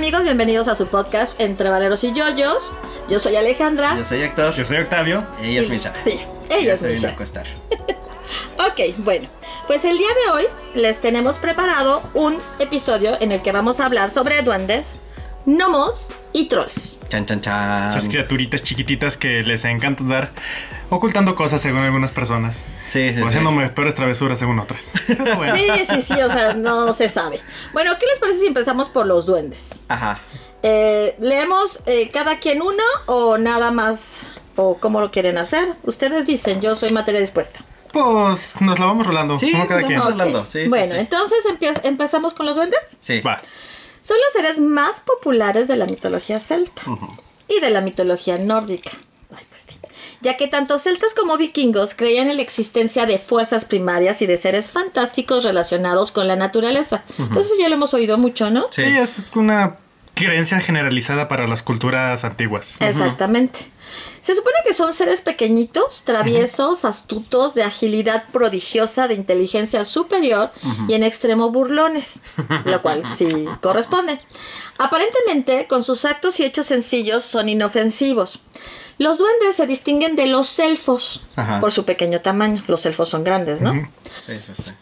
amigos, bienvenidos a su podcast Entre Valeros y Yoyos. Yo soy Alejandra. Yo soy Héctor. Yo soy Octavio. Y ella es Misha. Sí, ella es Misha. Ok, bueno, pues el día de hoy les tenemos preparado un episodio en el que vamos a hablar sobre duendes, gnomos y trolls. Chan, chan, chan. Esas criaturitas chiquititas que les encanta andar ocultando cosas según algunas personas. Sí. O haciéndome peores travesuras según otras. Pero bueno. Sí, o sea, no se sabe. Bueno, ¿qué les parece si empezamos por los duendes? Ajá. ¿Leemos cada quien uno o nada más? ¿O cómo lo quieren hacer? Ustedes dicen, yo soy materia dispuesta. Pues nos la vamos rolando. Sí, uno cada quien. vamos rolando. Sí, bueno, sí. Entonces empezamos con los duendes. Sí. Va. Son los seres más populares de la mitología celta y de la mitología nórdica. Ay, pues sí. Ya que tanto celtas como vikingos creían en la existencia de fuerzas primarias y de seres fantásticos relacionados con la naturaleza. Eso ya lo hemos oído mucho, ¿no? Sí, es una creencia generalizada para las culturas antiguas. Exactamente. Se supone que son seres pequeñitos, traviesos, astutos, de agilidad prodigiosa, de inteligencia superior y en extremo burlones, lo cual sí corresponde. Aparentemente, con sus actos y hechos sencillos, son inofensivos. Los duendes se distinguen de los elfos por su pequeño tamaño. Los elfos son grandes, ¿no? Sí.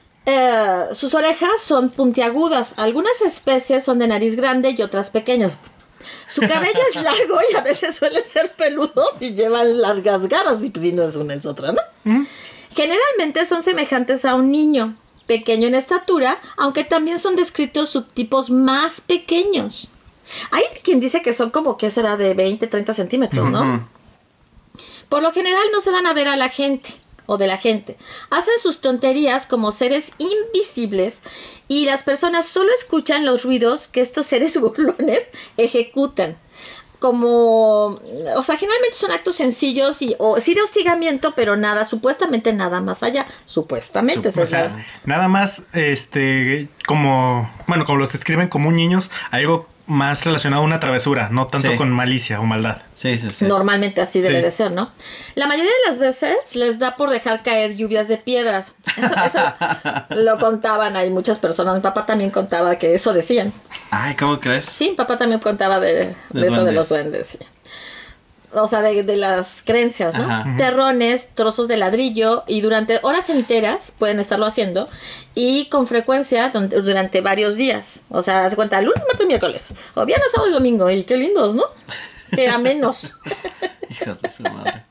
Sus orejas son puntiagudas. Algunas especies son de nariz grande y otras pequeñas. Su cabello es largo y a veces suele ser peludo y llevan largas garras. Y pues si no es una es otra, ¿no? Generalmente son semejantes a un niño, pequeño en estatura, aunque también son descritos subtipos más pequeños. Hay quien dice que son como, ¿qué será? De 20, 30 centímetros, ¿no? Por lo general no se dan a ver a la gente o de la gente. Hacen sus tonterías como seres invisibles y las personas solo escuchan los ruidos que estos seres burlones ejecutan. Como, o sea, generalmente son actos sencillos o sí de hostigamiento, pero nada, supuestamente nada más allá. Supuestamente. O sea, nada más, como los describen como niños, algo más relacionado a una travesura, no tanto con malicia o maldad. Sí. Normalmente así debe de ser, ¿no? La mayoría de las veces les da por dejar caer lluvias de piedras. Eso lo contaban ahí muchas personas. Mi papá también contaba que eso decían. Ay, ¿cómo crees? Sí, mi papá también contaba de eso de los duendes. Sí. O sea, de las creencias, ¿no? Terrones, trozos de ladrillo y durante horas enteras pueden estarlo haciendo y con frecuencia durante varios días. O sea, haz cuenta, lunes, martes, miércoles o viernes, sábado y domingo. Y qué lindos, ¿no? Qué amenos. Hijos de su madre.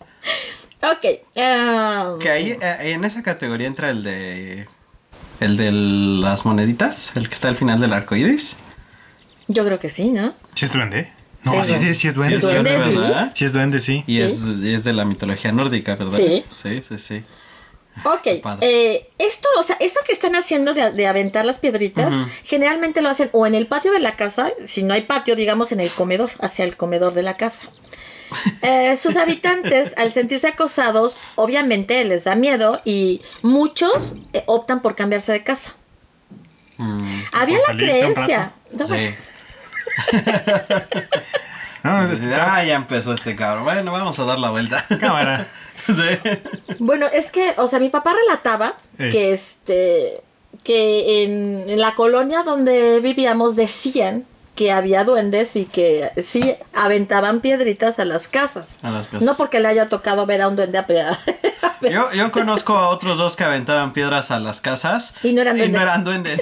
Ok. Que ahí en esa categoría entra el de las moneditas, el que está al final del arco iris. Yo creo que sí, ¿no? ¿Sí es duende? No, sí es duende. Sí, duende, ¿verdad? Sí es duende, sí. Y es de la mitología nórdica, ¿verdad? Sí. Sí. Ok, esto, o sea, eso que están haciendo de aventar las piedritas, generalmente lo hacen o en el patio de la casa, si no hay patio, digamos en el comedor, hacia el comedor de la casa. Sus habitantes, al sentirse acosados, obviamente les da miedo y muchos optan por cambiarse de casa. Había la creencia. Sí. No, ya empezó este cabrón. Bueno, vamos a dar la vuelta. Cámara. Sí. Bueno, es que, o sea, mi papá relataba que en la colonia donde vivíamos decían que había duendes y que sí aventaban piedritas a las casas. No porque le haya tocado ver a un duende Yo conozco a otros dos que aventaban piedras a las casas y no eran duendes.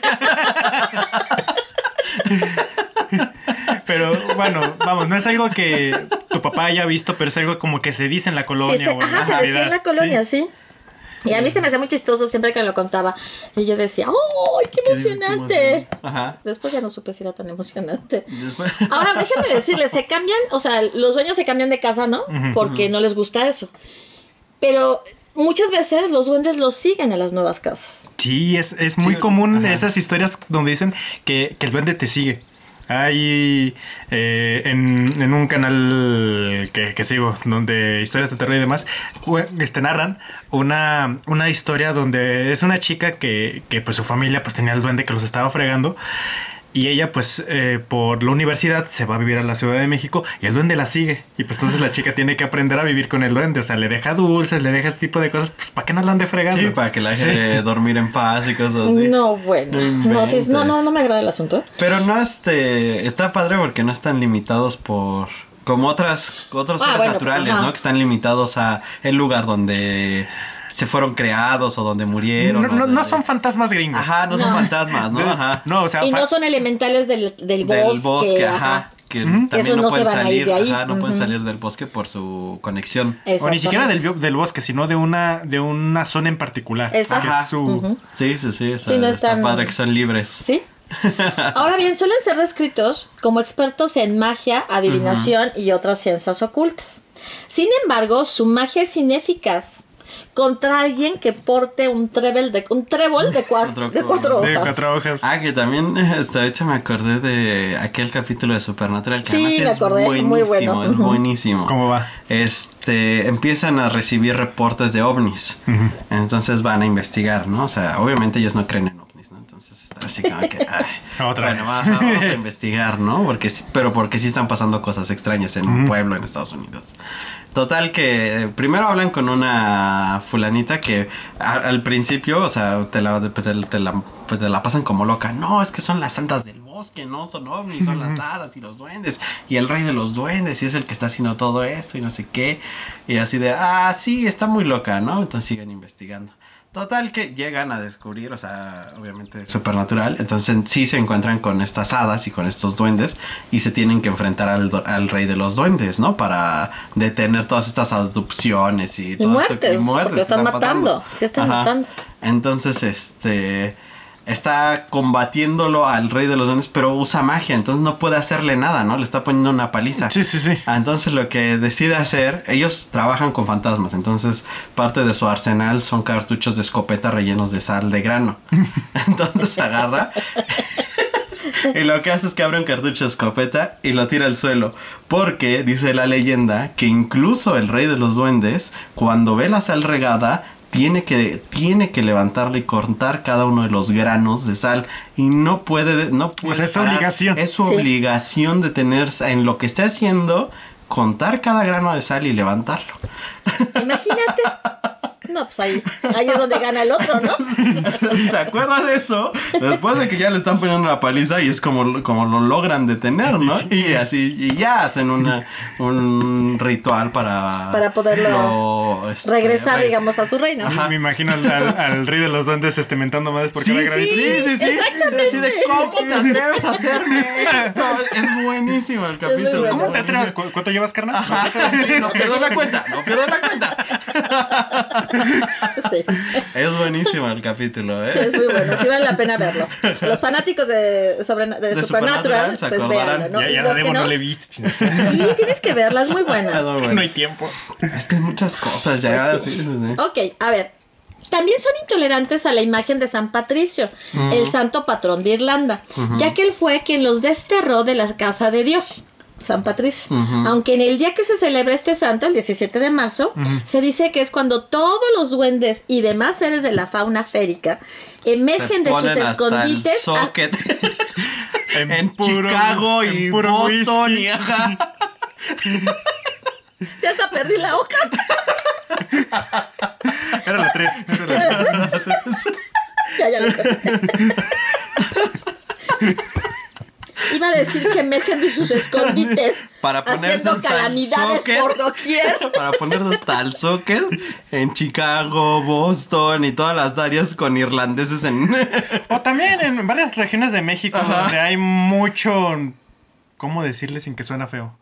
Pero bueno, vamos, no es algo que tu papá haya visto, pero es algo como que se dice en la colonia. Sí, se decía en la colonia, sí. Y a mí se me hacía muy chistoso siempre que me lo contaba. Y yo decía, ¡ay, qué emocionante! Después ya no supe si era tan emocionante. Ahora, déjenme decirles, se cambian, o sea, los dueños se cambian de casa, ¿no? Porque no les gusta eso. Pero muchas veces los duendes los siguen a las nuevas casas. Sí, es muy común esas historias donde dicen que el duende te sigue. Hay en un canal que sigo, donde historias de terror y demás, narran una historia donde es una chica que pues su familia pues tenía el duende que los estaba fregando Y ella, pues, por la universidad se va a vivir a la Ciudad de México y el duende la sigue. Y pues entonces la chica tiene que aprender a vivir con el duende. O sea, le deja dulces, le deja este tipo de cosas, pues para que no la ande fregando. Sí, para que la deje dormir en paz y cosas así. No, bueno. No me agrada el asunto. Pero no, está padre porque no están limitados por... Como otros seres naturales, ¿no? Que están limitados a el lugar donde se fueron creados o donde murieron. No son fantasmas gringos. Ajá, no son fantasmas, ¿no? Ajá. No, o sea, y no son elementales del bosque. Ajá. Que también esos no se van a ir de ahí. Ajá, no pueden salir del bosque por su conexión. O ni siquiera del bosque, sino de una zona en particular. Exacto. Que es su... Sí. no está padre que son libres. Sí. Ahora bien, suelen ser descritos como expertos en magia, adivinación y otras ciencias ocultas. Sin embargo, su magia es ineficaz contra alguien que porte un trébol de cuatro hojas. Ah, que también ahorita me acordé de aquel capítulo de Supernatural que sí, me acordé, buenísimo, muy bueno. Es buenísimo. ¿Cómo va? Empiezan a recibir reportes de ovnis. Entonces van a investigar, ¿no? O sea, obviamente ellos no creen en ovnis, ¿no? Entonces está así como que otra vez. Vamos a investigar, ¿no? Porque sí están pasando cosas extrañas en un pueblo en Estados Unidos. Total que primero hablan con una fulanita que al principio, o sea, te la pasan como loca. No, es que son las santas del bosque, no son ovnis, son las hadas y los duendes. Y el rey de los duendes y es el que está haciendo todo esto y no sé qué. Y así de, sí, está muy loca, ¿no? Entonces siguen investigando. Total que llegan a descubrir, o sea, obviamente Supernatural, entonces sí se encuentran con estas hadas y con estos duendes y se tienen que enfrentar al rey de los duendes, ¿no? Para detener todas estas adopciones y todo muertes, esto. Y muertes, porque están matando, sí están matando. Entonces, está combatiéndolo al rey de los duendes, pero usa magia, entonces no puede hacerle nada, ¿no? Le está poniendo una paliza. Sí. Entonces lo que decide hacer, ellos trabajan con fantasmas, entonces parte de su arsenal son cartuchos de escopeta rellenos de sal de grano. Entonces agarra y lo que hace es que abre un cartucho de escopeta y lo tira al suelo, porque dice la leyenda que incluso el rey de los duendes, cuando ve la sal regada, tiene que levantarla y cortar cada uno de los granos de sal y no puede pues es su obligación. Es su obligación de tener en lo que esté haciendo, contar cada grano de sal y levantarlo. Imagínate. No, pues ahí es donde gana el otro, ¿no? ¿Se acuerda de eso? Después de que ya le están poniendo una paliza y es como lo logran detener, ¿no? Sí. Y así, y ya hacen un ritual para poderlo regresar, digamos, a su reino. Ajá. Me imagino al rey de los duendes mentando más por cada granito. Sí. Exactamente. Así de, ¿cómo te atreves a hacerme esto? Es buenísimo el capítulo. Bueno. ¿Cómo te atreves? ¿Cuánto llevas, carnal? Ajá. No pierdo la cuenta. Sí. Es buenísimo el capítulo, Sí, es muy bueno, sí vale la pena verlo. Los fanáticos de Supernatural, pues véanlo, ¿no? Ya la demo no le viste. Sí, tienes que verla, es muy buena. Es que no hay tiempo. Es que hay muchas cosas ya. Pues sí. Ok, a ver. También son intolerantes a la imagen de San Patricio, el santo patrón de Irlanda, ya que él fue quien los desterró de la casa de Dios. San Patricio. Aunque en el día que se celebra este santo, el 17 de marzo, se dice que es cuando todos los duendes y demás seres de la fauna férica emergen de sus escondites. En Chicago y Boston. Y ajá. Ya hasta perdí la hoja. Era la 3. Ya lo conté. Iba a decir que emergen de sus escondites para haciendo calamidades por doquier. Para ponernos tal socket en Chicago, Boston y todas las áreas con irlandeses en... O también en varias regiones de México donde hay mucho... ¿Cómo decirle sin que suena feo?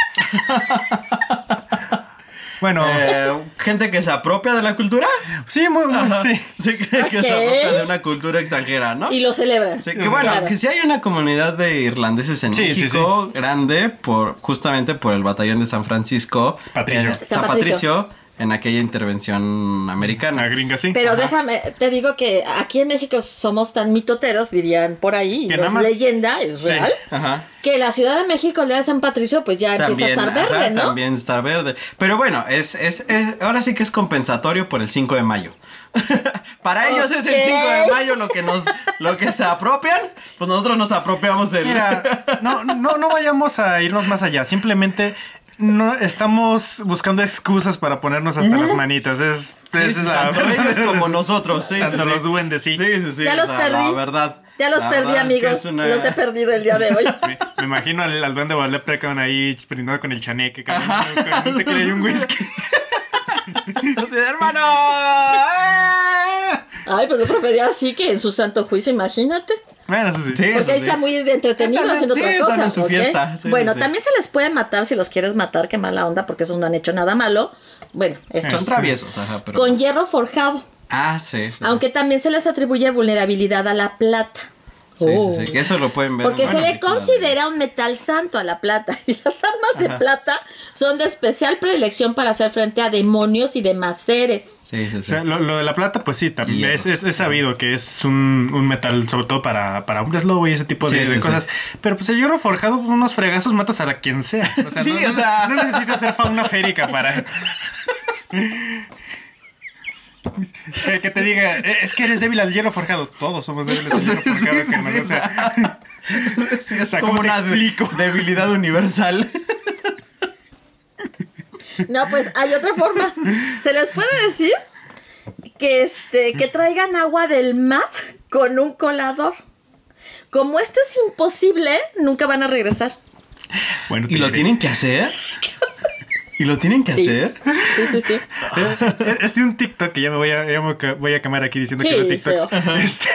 Bueno, gente que se apropia de la cultura. Sí, muy sí. Sí, que se apropia de una cultura extranjera, ¿no? Y lo celebran. Sí, que bueno, claro. que sí hay una comunidad de irlandeses en México grande, justamente por el batallón de San Francisco. Patricio. San Patricio. en aquella intervención americana. Una gringa, sí. Pero Ajá. déjame, te digo que aquí en México somos tan mitoteros, dirían por ahí, y Que no nada es más- leyenda, es Sí. real, Ajá. que la Ciudad de México, el día de San Patricio, pues ya empieza a estar verde, ajá, ¿no? También está verde. Pero bueno, ahora sí que es compensatorio por el 5 de mayo. Para ellos es el Ok. 5 de mayo lo que se apropian, pues nosotros nos apropiamos el... Mira, no vayamos a irnos más allá. Simplemente no estamos buscando excusas para ponernos hasta las manitas. Esa es la tanto ellos como nosotros, sí. Tanto sí, los sí. duendes, sí. Sí. Ya los perdí. La verdad. Ya los La perdí, verdad es que amigos, es una- los he perdido el día de hoy. Me imagino al duende Leprechaun ahí brindando con el chaneque, con un tequila y un whisky. Sí, hermano. Ay, pues yo prefería así que en su santo juicio, imagínate. Bueno, eso sí. Sí. Porque eso ahí sí. está muy entretenido Están- haciendo sí, otra están cosa. en su ¿ok? fiesta, sí, bueno, sí. también se les puede matar si los quieres matar, qué mala onda, porque esos no han hecho nada malo. Bueno, estos. Son traviesos, ajá, pero... Con hierro forjado. Ah, sí. Aunque también se les atribuye vulnerabilidad a la plata. Sí, Oh. sí, que eso lo pueden ver. Porque en una se le película de- considera un metal santo a la plata. Y las armas de plata son de especial predilección para hacer frente a demonios y demás seres. Sí, sí, O sí. sea, lo de la plata, pues sí, también Hierro. es sabido que es un metal, sobre todo para hombres lobo y ese tipo de, Sí, de sí, cosas. Pero pues el hierro forjado, pues, unos fregazos matas a la quien sea. O sea, Sí, no, o sea- no necesitas ser fauna férica para... que te diga, es que eres débil al hierro forjado. Todos somos débiles al hierro forjado, carnal. O sea, Sí, es o sea, como ¿cómo te una explico? debilidad universal. No, pues hay otra forma. Se les puede decir que traigan agua del mar con un colador. Como esto es imposible, nunca van a regresar. bueno, ¿Y lo tienen que hacer? ¿Y lo tienen que Sí. hacer? Sí. Es de un TikTok que ya me voy a quemar aquí diciendo Sí, que era TikToks. feo.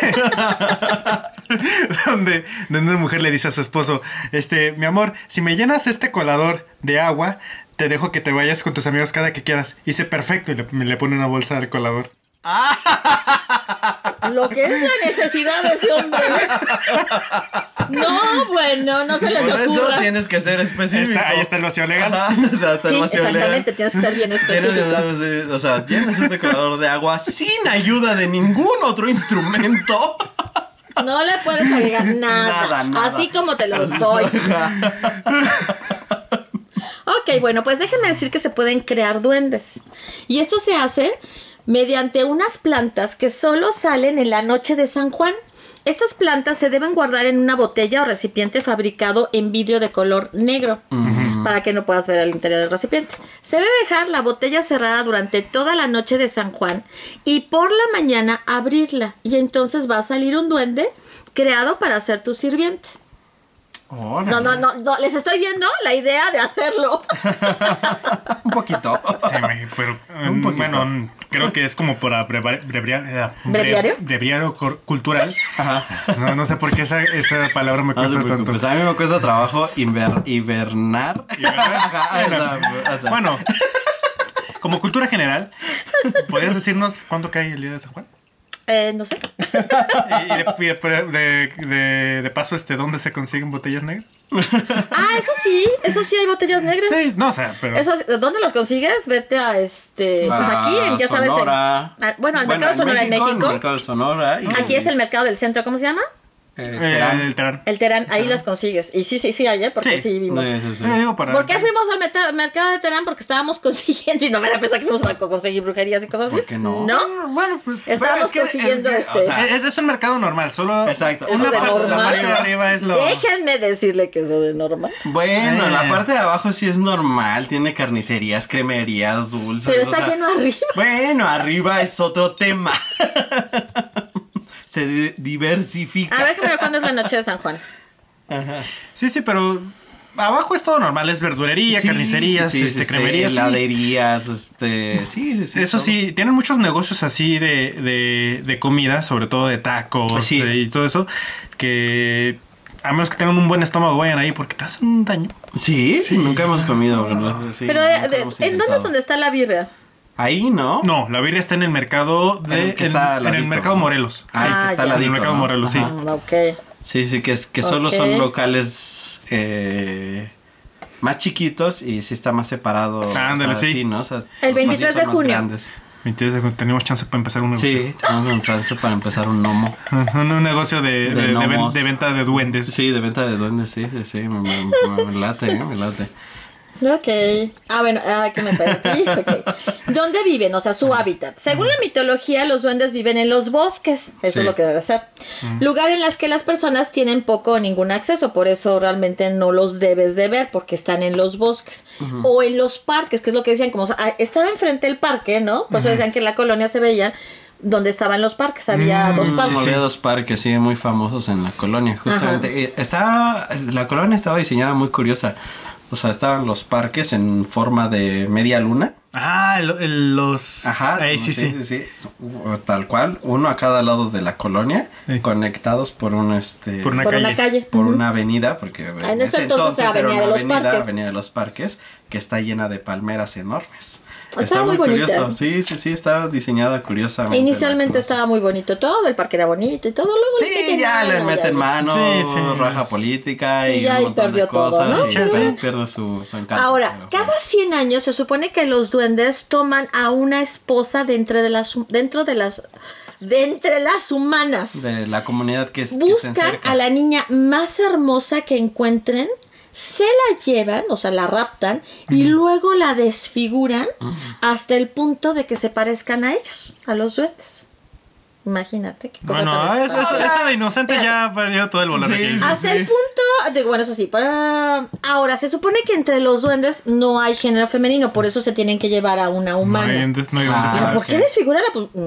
Donde una mujer le dice a su esposo, mi amor, si me llenas este colador de agua, te dejo que te vayas con tus amigos cada que quieras. Y dice, perfecto, y le pone una bolsa al colador. Lo que es la necesidad de ese hombre. No, bueno, no se les Por eso ocurra. tienes que ser específico. Ahí está el vacío legal. Ajá, o sea, está el Sí, vacío legal. exactamente, tienes que ser bien específico. Tienes, o sea, tienes este colador de agua sin ayuda de ningún otro instrumento. No le puedes agregar nada, Nada. así como te lo doy. Ok, bueno, pues déjenme decir que se pueden crear duendes. Y esto se hace mediante unas plantas que solo salen en la noche de San Juan. Estas plantas se deben guardar en una botella o recipiente fabricado en vidrio de color negro, para que no puedas ver el interior del recipiente. Se debe dejar la botella cerrada durante toda la noche de San Juan y por la mañana abrirla. Y entonces va a salir un duende creado para ser tu sirviente. No, les estoy viendo la idea de hacerlo. Un poquito. Sí, pero Un poquito. bueno, creo que es como para ¿Breviario? breviario cultural. Ajá. No sé por qué esa palabra me No te cuesta tanto. preocupes, a mí me cuesta trabajo hibernar. Ajá, o sea, Bueno, como cultura general, ¿podrías decirnos cuánto cae el día de San Juan? No sé. Y de paso, ¿dónde se consiguen botellas negras? Ah, eso sí hay botellas negras. Sí, no, o sea, pero... ¿Dónde los consigues? Vete a pues aquí, ya sabes. Sonora. Bueno, al mercado Sonora en México. El mercado de Sonora. Aquí es el mercado del centro, ¿cómo se llama? el Terán. El Terán, ahí los consigues. Y sí hay, porque sí vimos. Sí. Digo para... ¿Por qué fuimos al mercado de Terán? Porque estábamos consiguiendo, y no me la pensar que fuimos a conseguir brujerías y cosas así. ¿Por qué no? ¿No? Bueno, pues... Estábamos consiguiendo o sea, Es un mercado normal, solo... Exacto. Eso Una de parte, la normal. parte de arriba es lo... Déjenme decirle que eso de normal. Bueno, la parte de abajo sí es normal. Tiene carnicerías, cremerías, dulces. Pero o está sea, lleno arriba. Bueno, arriba es otro tema. Se diversifica. A ver, déjame ver cuándo es la noche de San Juan. Ajá. Sí, pero... Abajo es todo normal, es verdulería, Sí, carnicerías, sí, cremerías. Sí. heladerías, sí. Eso todo. sí, tienen muchos negocios así de comida, sobre todo de tacos Sí. y todo eso, que a menos que tengan un buen estómago vayan ahí porque te hacen un daño. Sí, Sí. nunca hemos comido, ¿verdad? Sí, Pero, nunca hemos ¿en dónde intentado. es donde está la birria? Ahí, ¿no? No, la birria está en el mercado En el que está al en el ladito, mercado ¿no? Morelos. Ay, Ah, que está al ya. En el ladito, mercado ¿no? Morelos, sí. Ajá. Ok. Sí, que solo Ok. son locales más chiquitos y sí está más separado. Ándale, o sea, sí. ¿no? O sea, El los más 23 de son más junio. grandes. Tenemos chance para empezar un negocio. Sí, tenemos un chance para empezar un gnomo. Un negocio de gnomos. venta de duendes. Sí, de venta de duendes, sí. Me late, me late. Ok. Bueno, que me perdí. Okay. ¿Dónde viven? O sea, su hábitat. Según la mitología, los duendes viven en los bosques. Eso es lo que debe ser. Lugar en las que las personas tienen poco o ningún acceso. Por eso realmente no los debes de ver, porque están en los bosques. O en los parques, que es lo que decían. Como estaba enfrente del parque, ¿no? Por eso decían que en la colonia se veía donde estaban los parques. Había dos parques. Había dos parques, sí, muy famosos en la colonia. Justamente. La colonia estaba diseñada muy curiosa. O sea, estaban los parques en forma de media luna. Los... Ajá. Sí. Tal cual, uno a cada lado de la colonia, conectados por una calle. Por una avenida, porque en ese entonces era era una Avenida de los Parques, que está llena de palmeras enormes. Estaba muy bonita. Curioso. Sí, estaba diseñada curiosamente. Inicialmente estaba muy bonito todo, el parque era bonito y todo, luego le meten mano, raja política y ya un montón perdió de cosas, todo, ¿no? y pierde su encanto. Ahora, cada 100 años se supone que los duendes toman a una esposa de entre las humanas. De la comunidad que se Buscan encerca. a la niña más hermosa que encuentren, se la llevan, o sea, la raptan y luego la desfiguran hasta el punto de que se parezcan a ellos, a los duendes. Imagínate qué cosa tan extraña. Eso de inocente ya perdió todo el valor. Hasta el punto, bueno, eso sí, ahora se supone que entre los duendes no hay género femenino, por eso se tienen que llevar a una humana. ¿Pero por qué desfiguran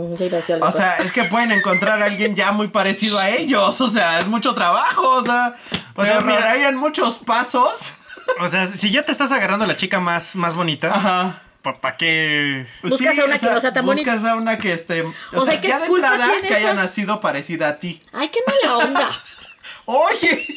O sea, es que pueden encontrar a alguien ya muy parecido a ellos, o sea, es mucho trabajo, o sea, mira, hayan muchos pasos. O sea, si ya te estás agarrando a la chica más bonita, ajá. ¿Para qué? Buscas a una que no sea tan bonita. Buscas a una que esté... O sea, ya de entrada que haya nacido parecida a ti. Ay, qué mala onda. Oye,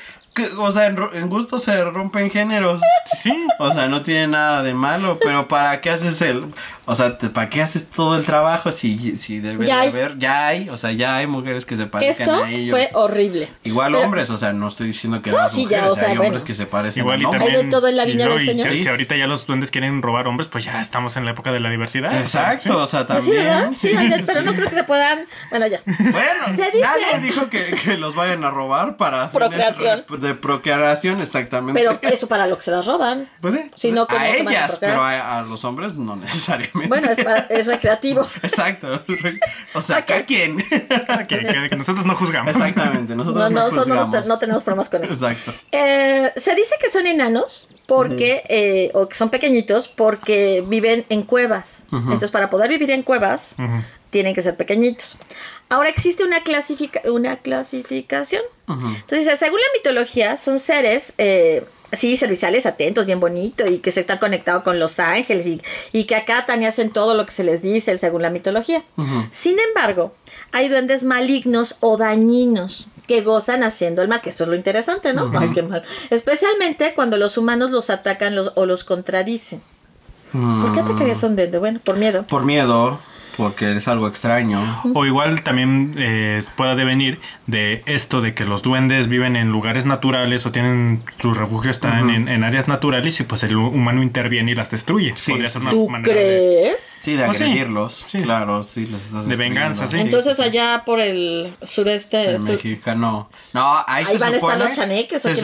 o sea, en gusto se rompen géneros. Sí. O sea, no tiene nada de malo, pero ¿para qué haces ¿para qué haces todo el trabajo si debe de haber? Ya hay mujeres que se parecen a ellos. Eso fue horrible. Igual hombres, o sea, no estoy diciendo que las mujeres, hay hombres que se parecen igual a hombres. Hay de todo en la viña del Señor. Si ahorita ya los duendes quieren robar hombres, pues ya estamos en la época de la diversidad. Exacto, o sea, Pues también. sí, ¿verdad? Pero no creo que se puedan... Bueno, ya. Bueno, Se dice... nadie dijo que los vayan a robar para procreación. De procreación, exactamente. Pero eso para lo que se las roban. Pues sí. Sino que a no se van ellas, pero procrear. a los hombres no necesariamente. Bueno, es recreativo. Exacto. O sea, ¿a quién? Que nosotros no juzgamos. Exactamente, nosotros no juzgamos. No tenemos problemas con eso. Exacto. Se dice que son enanos porque, o que son pequeñitos porque viven en cuevas. Entonces, para poder vivir en cuevas, tienen que ser pequeñitos. Ahora existe una clasificación. Entonces, según la mitología, son seres... sí, serviciales, atentos, bien bonito y que se están conectados con los ángeles y que acatan y hacen todo lo que se les dice según la mitología. Sin embargo, hay duendes malignos o dañinos que gozan haciendo el mal, que esto es lo interesante, ¿no? Ay, qué mal. Especialmente cuando los humanos los atacan o los contradicen. ¿Por qué atacarías a un duende? Bueno, por miedo. Por miedo. Porque es algo extraño. O igual también pueda devenir de esto de que los duendes viven en lugares naturales o tienen su refugio están en áreas naturales y pues el humano interviene y las destruye. Sí. Podría ser una ¿Tú manera crees? Sí, de agredirlos. Sí. Claro, sí, les estás de venganza, sí. Entonces allá por el sureste... El mexicano. No, ahí se van supone... a estar los chaneques. Se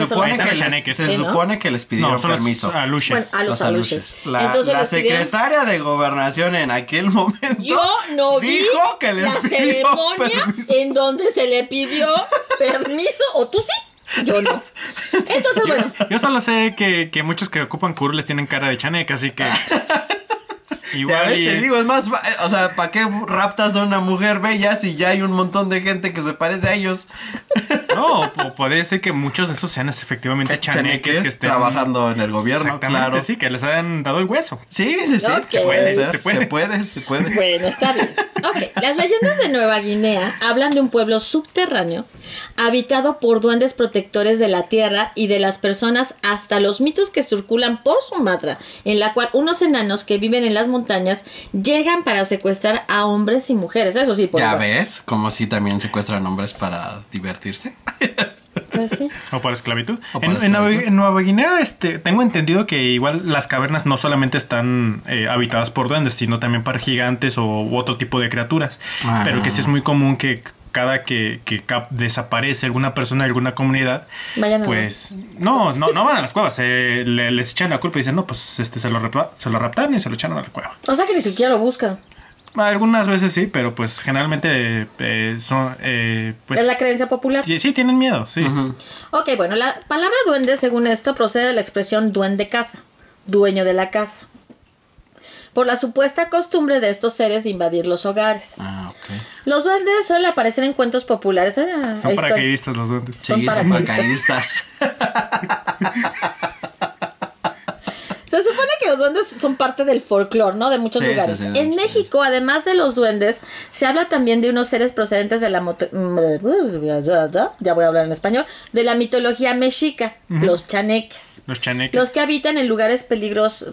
supone que les pidieron permiso. A Luches. Bueno, a los aluches. La secretaria de Gobernación en aquel momento... Yo no vi dijo que les la pidió ceremonia permiso. en donde se le pidió permiso, o tú sí, yo no. Entonces, bueno. Yo solo sé que muchos que ocupan curules tienen cara de chaneca, así que... Igual te digo, es más, o sea, ¿para qué raptas a una mujer bella si ya hay un montón de gente que se parece a ellos? No, podría ser que muchos de esos sean efectivamente chaneques que estén trabajando en el gobierno, claro. Sí, que les hayan dado el hueso. Sí. Okay. Se puede. Bueno, está bien. Ok, las leyendas de Nueva Guinea hablan de un pueblo subterráneo habitado por duendes protectores de la tierra y de las personas, hasta los mitos que circulan por Sumatra, en la cual unos enanos que viven en las montañas llegan para secuestrar a hombres y mujeres. Eso sí, por ¿Ya igual. ves? Como si también secuestran hombres para divertirse. Pues sí. O por esclavitud. O por En esclavitud. Nueva Guinea, tengo entendido que igual las cavernas no solamente están habitadas por duendes, sino también por gigantes u otro tipo de criaturas. Ah. Pero que sí es muy común que cada que desaparece alguna persona de alguna comunidad, Vayan a pues no van a las cuevas, les echan la culpa y dicen, no, pues se lo raptaron y se lo echaron a la cueva. O sea que ni siquiera lo buscan. Algunas veces sí, pero pues generalmente son... pues, Es la creencia popular. sí, tienen miedo, sí. Ujú. Ok, bueno, la palabra duende, según esto, procede de la expresión duende casa, dueño de la casa, por la supuesta costumbre de estos seres de invadir los hogares. Ah, ok. Los duendes suelen aparecer en cuentos populares. Son Historia. paracaidistas los duendes. Son Sí, paracaidistas. paracaidistas. Se supone que los duendes son parte del folclore, ¿no? De muchos Sí, lugares. sí, sí, En sí. México, además de los duendes, se habla también de unos seres procedentes de la ya voy a hablar en español, de la mitología mexica, los chaneques. Los chaneques. Los que habitan en lugares peligrosos.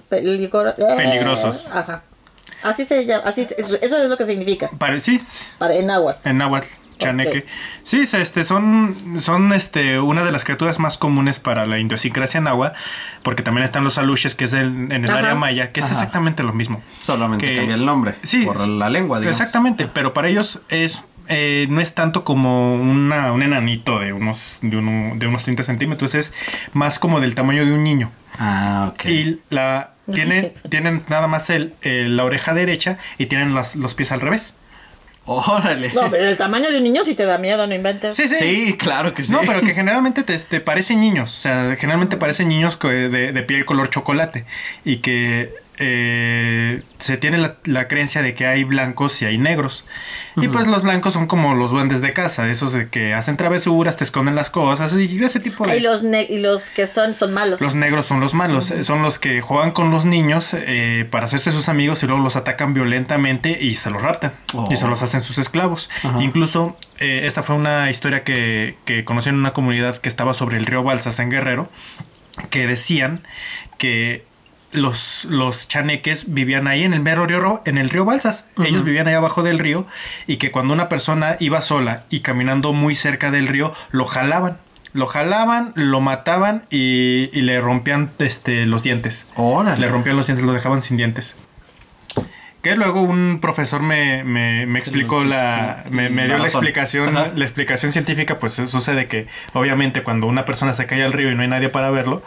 Ajá. Así se llama, eso es lo que significa. Sí, En náhuatl. en náhuatl, chaneque. Ok. Sí, son una de las criaturas más comunes para la idiosincrasia náhuatl, porque también están los aluches, que es en el Ajá. área maya, que es Ajá. exactamente lo mismo. Solamente Que- cambia el nombre. Sí, por la lengua, digamos. exactamente, pero para ellos no es tanto como un enanito de unos 30 centímetros, es más como del tamaño de un niño. Ah, ok. Y tienen nada más la oreja derecha y tienen los pies al revés. Órale. No, pero el tamaño de un niño sí te da miedo, no inventes. Sí, sí. Sí, claro que sí. No, pero que generalmente te parecen niños. O sea, generalmente parecen niños de piel color chocolate. Y que se tiene la creencia de que hay blancos y hay negros. Y pues los blancos son como los duendes de casa. Esos de que hacen travesuras, te esconden las cosas. Y ese tipo de... Y los que son malos. Los negros son los malos, son los que juegan con los niños para hacerse sus amigos y luego los atacan violentamente y se los raptan y se los hacen sus esclavos. Ajá. Incluso esta fue una historia que conocí en una comunidad que estaba sobre el río Balsas en Guerrero, que decían que los chaneques vivían ahí en el mero río, en el río Balsas. Uh-huh. Ellos vivían ahí abajo del río y que cuando una persona iba sola y caminando muy cerca del río, lo jalaban, lo mataban y le rompían los dientes. Órale. Le rompían los dientes, lo dejaban sin dientes. Que luego un profesor me explicó me dio la explicación, Ajá. la explicación científica. Pues sucede que obviamente cuando una persona se cae al río y no hay nadie para verlo,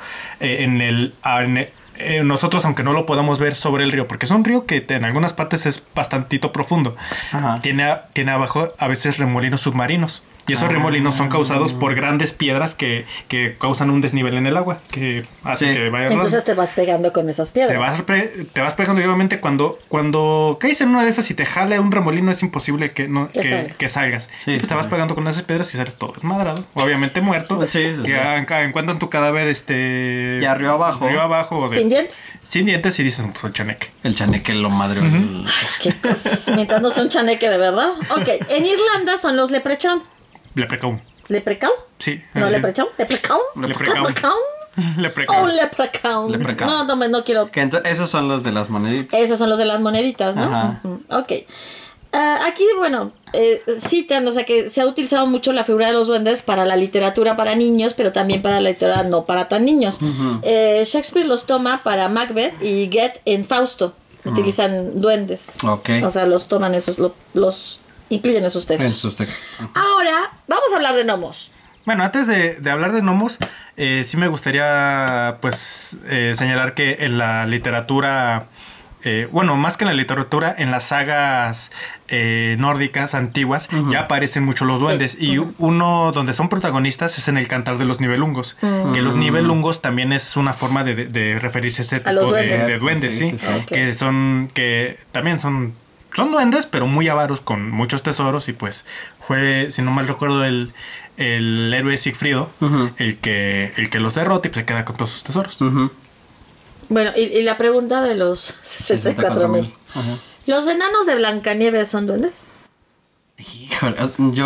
nosotros, aunque no lo podamos ver sobre el río, porque es un río que en algunas partes es bastantito profundo, Ajá. tiene abajo a veces remolinos submarinos. Y esos remolinos son causados por grandes piedras que causan un desnivel en el agua, que hace Sí. que vaya Entonces te vas pegando con esas piedras. te vas pegando. Y obviamente cuando caes en una de esas y te jale un remolino, es imposible que salgas. Sí, Entonces te vas pegando con esas piedras y sales todo desmadrado, obviamente muerto. Pues sí, sí, sí. Encuentran tu cadáver Ya río abajo. o Sin dientes. sin dientes y dicen, pues el chaneque. El chaneque lo madreó. Ujú. Qué cosas. Mientras no sea un chaneque de verdad. Ok, en Irlanda son los leprechaun. Leprechaun. ¿Leprechaun? Sí. ¿No sí. leprechaun? ¿Leprechaun? Leprechaun. ¿Leprechaun? Leprechaun. Oh, leprechaun. Leprechaun. No quiero. Que esos son los de las moneditas. Esos son los de las moneditas, ¿no? Ajá. Ujú. Ok. Aquí, bueno, citan, o sea que se ha utilizado mucho la figura de los duendes para la literatura para niños, pero también para la literatura no para tan niños. Ujú. Shakespeare los toma para Macbeth y Goethe en Fausto. Utilizan duendes. Ok. O sea, los toman esos, los incluyen esos En textos. sus textos. Ahora, vamos a hablar de gnomos. Bueno, antes de hablar de gnomos, sí me gustaría pues señalar que en la literatura, bueno, más que en la literatura, en las sagas nórdicas antiguas, Ujú. ya aparecen mucho los duendes. Sí. Y Ujú. uno donde son protagonistas es en el Cantar de los Nibelungos. Que los Nibelungos también es una forma de referirse a ese A los tipo duendes. de duendes, Sí, ¿sí? sí, sí. Ok. Que también son duendes, pero muy avaros, con muchos tesoros. Y pues fue, si no mal recuerdo, el héroe Sigfrido, Ujú. el que los derrota y pues se queda con todos sus tesoros. Ujú. Bueno, y la pregunta de los 64,000. Ajá. ¿Los enanos de Blancanieves son duendes? Híjole,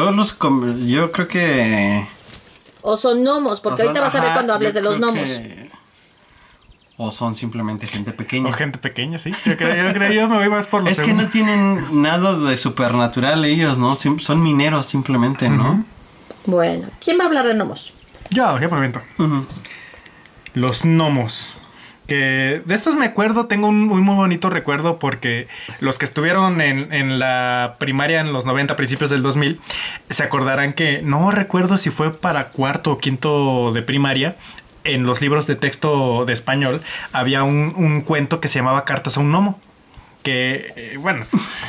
yo creo que... ¿O son gnomos? Porque ahorita vas a ver Ajá, cuando hables yo de los creo gnomos. O son simplemente gente pequeña. O gente pequeña, sí. Yo me voy más por los Es que no tienen nada de supernatural ellos, ¿no? Son mineros simplemente, ¿no? Ujú. Bueno, ¿quién va a hablar de gnomos? Ya me aviento. Los gnomos. Que de estos me acuerdo, tengo un muy bonito recuerdo porque los que estuvieron en la primaria en los 90, principios del 2000, se acordarán que no recuerdo si fue para cuarto o quinto de primaria. En los libros de texto de español había un cuento que se llamaba Cartas a un gnomo. Que, bueno,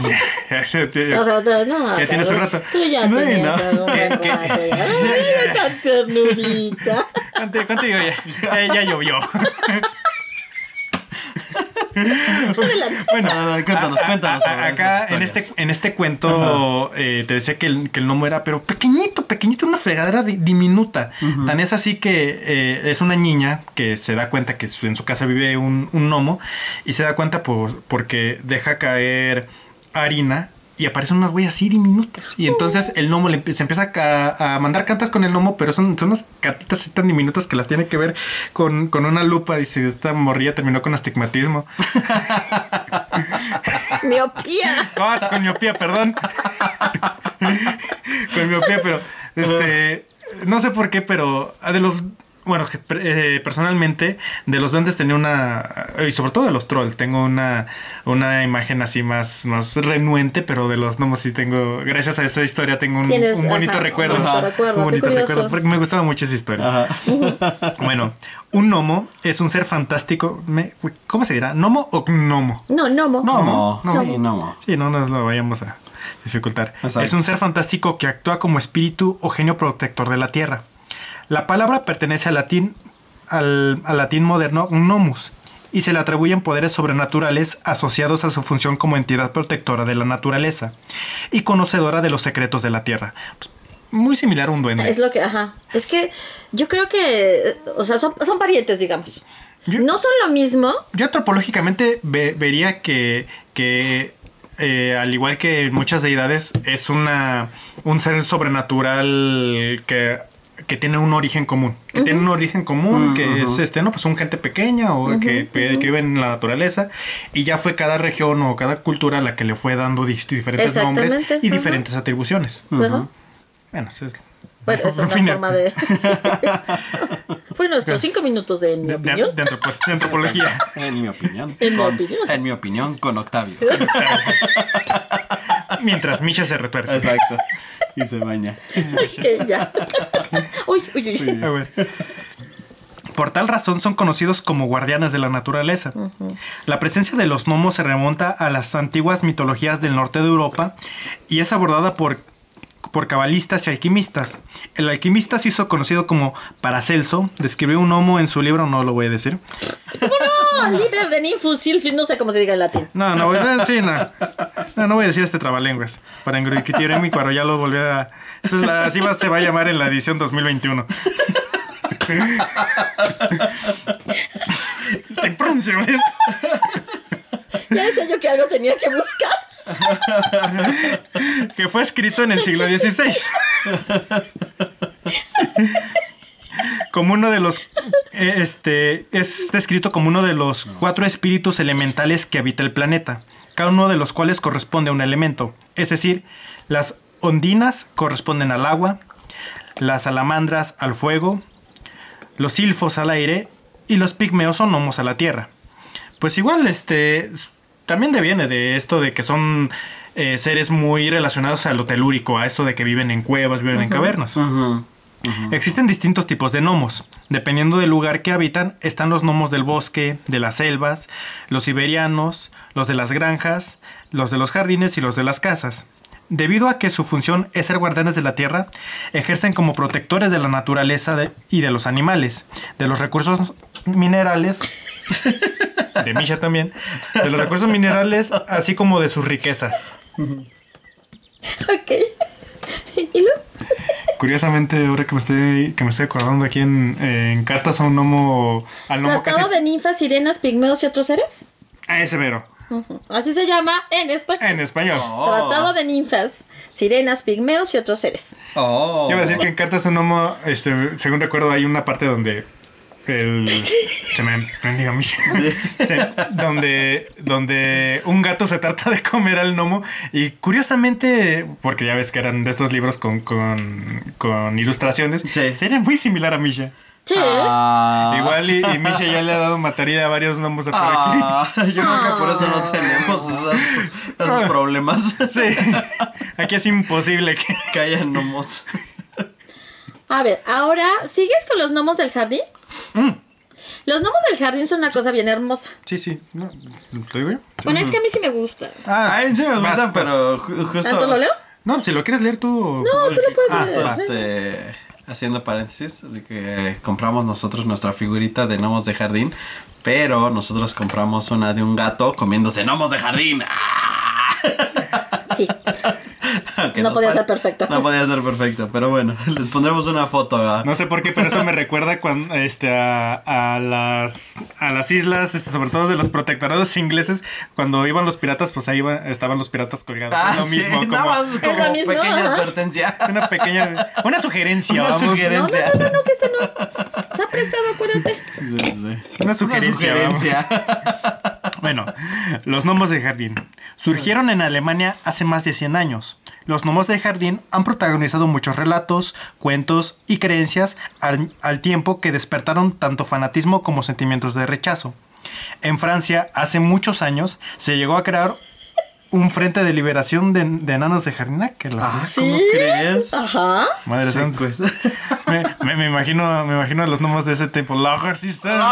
ya tienes un rato. Tú ya tenías algún rato. Ay, tan ternurita. Contigo ya llovió. Bueno, cuéntanos. Acá en este cuento te decía que el gnomo era, pero pequeñito, una fregadera diminuta. Tan es así que es una niña que se da cuenta que en su casa vive un gnomo y se da cuenta porque deja caer harina y aparecen unas huellas así diminutas. Y entonces el gnomo se empieza a mandar cartas con el gnomo, pero son unas cartitas así tan diminutas que las tiene que ver con una lupa. Dice, esta morrilla terminó con astigmatismo. Miopía. Con miopía, perdón. Con miopía, pero no sé por qué, pero de los... Bueno, personalmente, de los duendes tenía y sobre todo de los trolls, tengo una imagen así más renuente, pero de los gnomos sí tengo, gracias a esa historia tengo un bonito recuerdo. Un bonito recuerdo, porque me gustaba mucho esa historia. Bueno, un gnomo es un ser fantástico. ¿Cómo se dirá? ¿Gnomo o gnomo? No, gnomo. Gnomo. Sí, gnomo. Sí, no nos lo vayamos a dificultar. Exacto. Es un ser fantástico que actúa como espíritu o genio protector de la tierra. La palabra pertenece al latín moderno gnomus y se le atribuyen poderes sobrenaturales asociados a su función como entidad protectora de la naturaleza y conocedora de los secretos de la tierra. Pues, muy similar a un duende. Es lo que, es que yo creo que, o sea, son parientes, digamos. No son lo mismo. Yo antropológicamente vería que al igual que muchas deidades, es un ser sobrenatural que tiene un origen común. Que tiene un origen común, que es pues un gente pequeña o que vive en la naturaleza. Y ya fue cada región o cada cultura la que le fue dando diferentes nombres y diferentes atribuciones. Bueno, eso es... Bueno, es una forma de... Fue nuestros 5 minutos de mi opinión. De antropología. En mi opinión. En mi opinión, con Octavio. Mientras Misha se retuerce. Exacto. Y se baña. Ok, ya. Uy. A ver. Por tal razón son conocidos como guardianes de la naturaleza. La presencia de los gnomos se remonta a las antiguas mitologías del norte de Europa y es abordada por cabalistas y alquimistas. El alquimista se hizo conocido como Paracelso, describió un gnomo en su libro, no lo voy a decir. ¿Cómo no? Liber de Ninfus Silphis, no sé cómo se diga en latín. No voy a decir trabalenguas. Para engruquitir mi cuando ya lo volví a... Así se va a llamar en la edición 2021. Está impronunciable esto. Ya decía yo que algo tenía que buscar. Que fue escrito en el siglo XVI. Como uno de los... es descrito como uno de los 4 espíritus elementales que habita el planeta, cada uno de los cuales corresponde a un elemento. Es decir, las ondinas corresponden al agua, las salamandras al fuego, los silfos al aire y los pigmeos o gnomos a la tierra. Pues igual, también deviene de esto de que son seres muy relacionados a lo telúrico, a eso de que viven en cuevas, viven en cavernas. Existen distintos tipos de gnomos. Dependiendo del lugar que habitan, están los gnomos del bosque, de las selvas, los siberianos, los de las granjas, los de los jardines y los de las casas. Debido a que su función es ser guardianes de la tierra, ejercen como protectores de la naturaleza y de los animales, de los recursos minerales, de Misha también, de los recursos minerales, así como de sus riquezas. Ok. ¿Y luego? Curiosamente, ahora que me estoy acordando aquí en Cartas a un gnomo... Al gnomo ¿Tratado de ninfas, sirenas, pigmeos y otros seres? A ese mero. Así se llama en español. En español. Tratado de ninfas, sirenas, pigmeos y otros seres. Yo iba a decir que en Cartas a un gnomo, según recuerdo, hay una parte donde Se me prendió Misha. Sí, donde un gato se trata de comer al gnomo. Y curiosamente, porque ya ves que eran de estos libros con ilustraciones, Sí. sería muy similar a Misha. Sí. Igual y Misha ya le ha dado materia a varios gnomos por aquí. Yo creo que por eso no tenemos esos problemas. Sí, aquí es imposible Que haya gnomos. A ver, ahora, ¿sigues con los gnomos del jardín? Mm. Los gnomos del jardín son una cosa bien hermosa. Sí. No, ¿lo digo yo? Sí. Bueno, es que a mí sí me gusta. Ay, sí me vas, gusta, vas. pero justo... ¿Tanto lo leo? No, si lo quieres leer tú. No, tú lo puedes leer. Justo, haciendo paréntesis, así que compramos nosotros nuestra figurita de gnomos de jardín, pero nosotros compramos una de un gato comiéndose gnomos de jardín. Sí. Aunque No podía ser perfecto. No podía ser perfecto, pero bueno, les pondremos una foto. No sé por qué, pero eso me recuerda cuando, a las islas, sobre todo de los protectorados ingleses, cuando iban los piratas, pues ahí estaban los piratas colgados. Es lo Sí, mismo, nada más Es como lo mismo, pequeña ajá. advertencia. una sugerencia, Una vamos. sugerencia. No, que este no. Está prestado, acuérdate. Una sugerencia, vamos. sugerencia. Bueno, los gnomos de jardín. Surgieron en Alemania hace más de 100 años. Los gnomos de jardín han protagonizado muchos relatos, cuentos y creencias al tiempo que despertaron tanto fanatismo como sentimientos de rechazo. En Francia, hace muchos años, se llegó a crear un frente de liberación de enanos de jardín. ¿Cómo ¿Sí? crees? Ajá. Madre Sí, santa. pues. Me imagino a los gnomos de ese tiempo. La resistencia.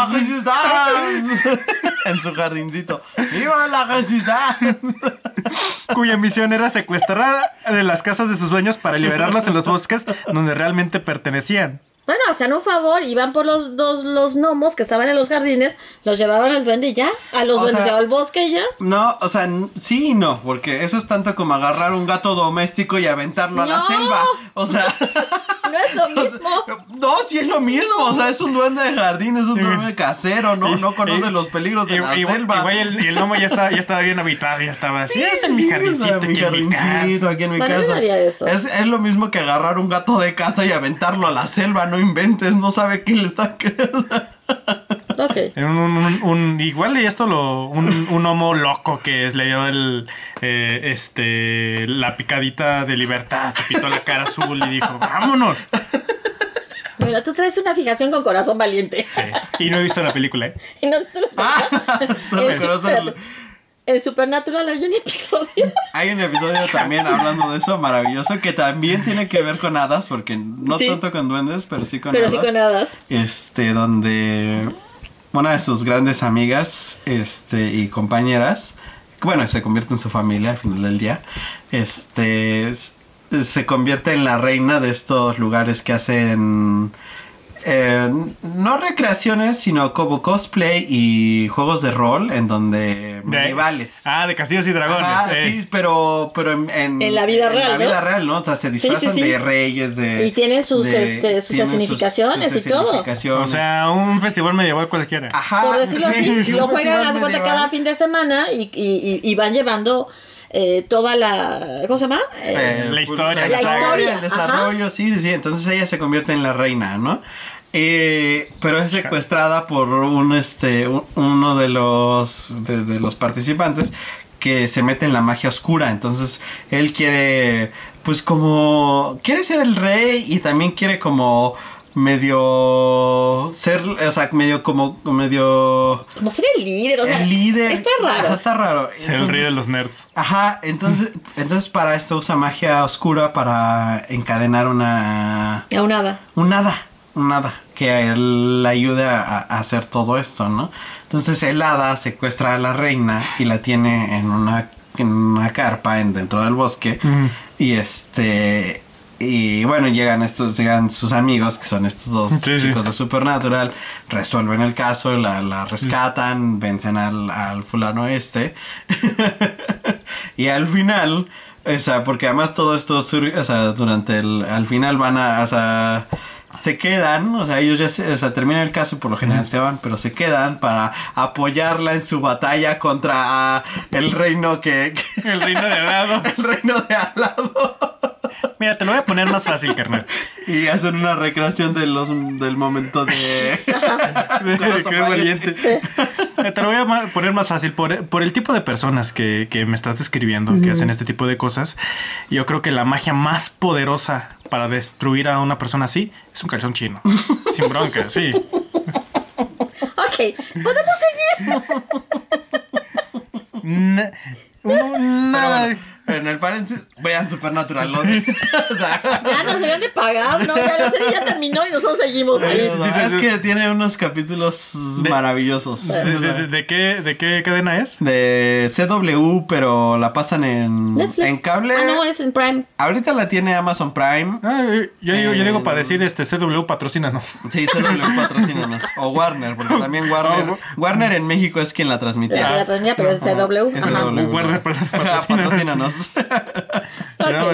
En su jardincito. ¡Viva la resistencia! Cuya misión era secuestrar de las casas de sus dueños para liberarlos en los bosques donde realmente pertenecían. Bueno, hacían un favor, iban por los gnomos que estaban en los jardines, los llevaban al duende y ya, a los duendes al bosque y ya. No, o sea, sí y no, porque eso es tanto como agarrar un gato doméstico y aventarlo a la ¡No! selva. O sea, No es lo mismo. no, sí es lo mismo. O sea, es un duende de jardín, es un duende casero, no conoce los peligros de la selva. Igual el gnomo ya estaba bien habitado, ya estaba así. Es en mi jardincito, o sea, aquí en mi casa. aquí en mi Bueno, yo casa. no haría eso. Es lo mismo que agarrar un gato de casa y aventarlo a la selva. No inventes, no sabe quién le está Ok. Igual y esto un gnomo loco que le dio la picadita de libertad, se pintó la cara azul y dijo, vámonos. Mira, tú traes una fijación con Corazón Valiente. Sí. Y no he visto la película, ¿eh? Y no te lo Solo En conoce el- En Supernatural hay un episodio. Hay un episodio también hablando de eso maravilloso que también tiene que ver con hadas, porque no Sí. tanto con duendes, pero sí con Pero hadas. sí con hadas. Donde una de sus grandes amigas y compañeras, bueno, se convierte en su familia al final del día, se convierte en la reina de estos lugares que hacen no recreaciones, sino como cosplay y juegos de rol en donde medievales. De castillos y dragones. Ajá, sí, pero En la vida real, la ¿no? vida real, ¿no? O sea, se disfrazan sí. de reyes, Y tienen sus escenificaciones y todo. escenificaciones. O sea, un festival medieval cualquiera. Ajá, Por decirlo sí, así, sí, lo un juegan festival haz de cuenta medieval. cada fin de semana y van llevando toda la... ¿Cómo se llama? La historia, la la historia, el desarrollo, sí. Entonces ella se convierte en la reina, ¿no? Pero es secuestrada por uno de los participantes que se mete en la magia oscura. Entonces él quiere, pues quiere ser el rey y también quiere como medio ser, o sea, medio Como ser el líder, o sea, el líder. está raro. Ajá, está raro. Ser el rey de los nerds. Ajá, entonces para esto usa magia oscura para encadenar una A un hada. un hada que le ayude a hacer todo esto, ¿no? Entonces el hada secuestra a la reina y la tiene en una carpa dentro del bosque. Y bueno, llegan sus amigos, que son estos dos chicos de Supernatural, resuelven el caso, la rescatan, vencen al fulano y al final, o sea, porque además todo esto surge, o sea, al final se quedan, o sea, ellos ya terminan el caso y por lo general se van, pero se quedan para apoyarla en su batalla contra el reino El reino de al lado. el reino de al lado. Mira, te lo voy a poner más fácil, carnal. Y hacen una recreación del momento de De que es valiente. Te lo voy a poner más fácil. Por el tipo de personas que me estás describiendo, que hacen este tipo de cosas, yo creo que la magia más poderosa para destruir a una persona así es un calzón chino. Sin bronca, sí. Ok, ¿podemos seguir? Nada. En el paréntesis, vean Supernatural. ¿No? O sea, Ya nos deben de pagar, ¿no? Ya la serie ya terminó y nosotros seguimos ahí. es que tiene unos capítulos maravillosos. ¿De qué cadena es? De CW, pero la pasan en cable. Ah, no, es en Prime. Ahorita la tiene Amazon Prime. Yo digo para decir CW, patrocínanos. Sí, CW, patrocínanos. O Warner, porque también Warner en México es quien la transmitía. La transmitía, pero es CW. Es Ajá. CW. Warner, patrocínanos. No,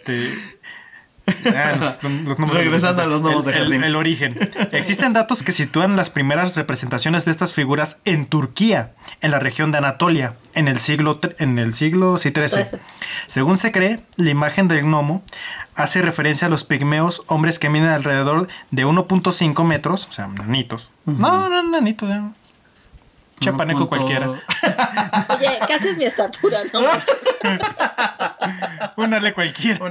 los nombres Regresando a los gnomos de jardín. El origen. Existen datos que sitúan las primeras representaciones de estas figuras en Turquía, en la región de Anatolia, en el siglo XIII. Según se cree, la imagen del gnomo hace referencia a los pigmeos, hombres que miden alrededor de 1.5 metros, o sea, nanitos. No, nanitos, chapaneco cualquiera. Oye, casi es mi estatura, ¿no? Únale cualquiera.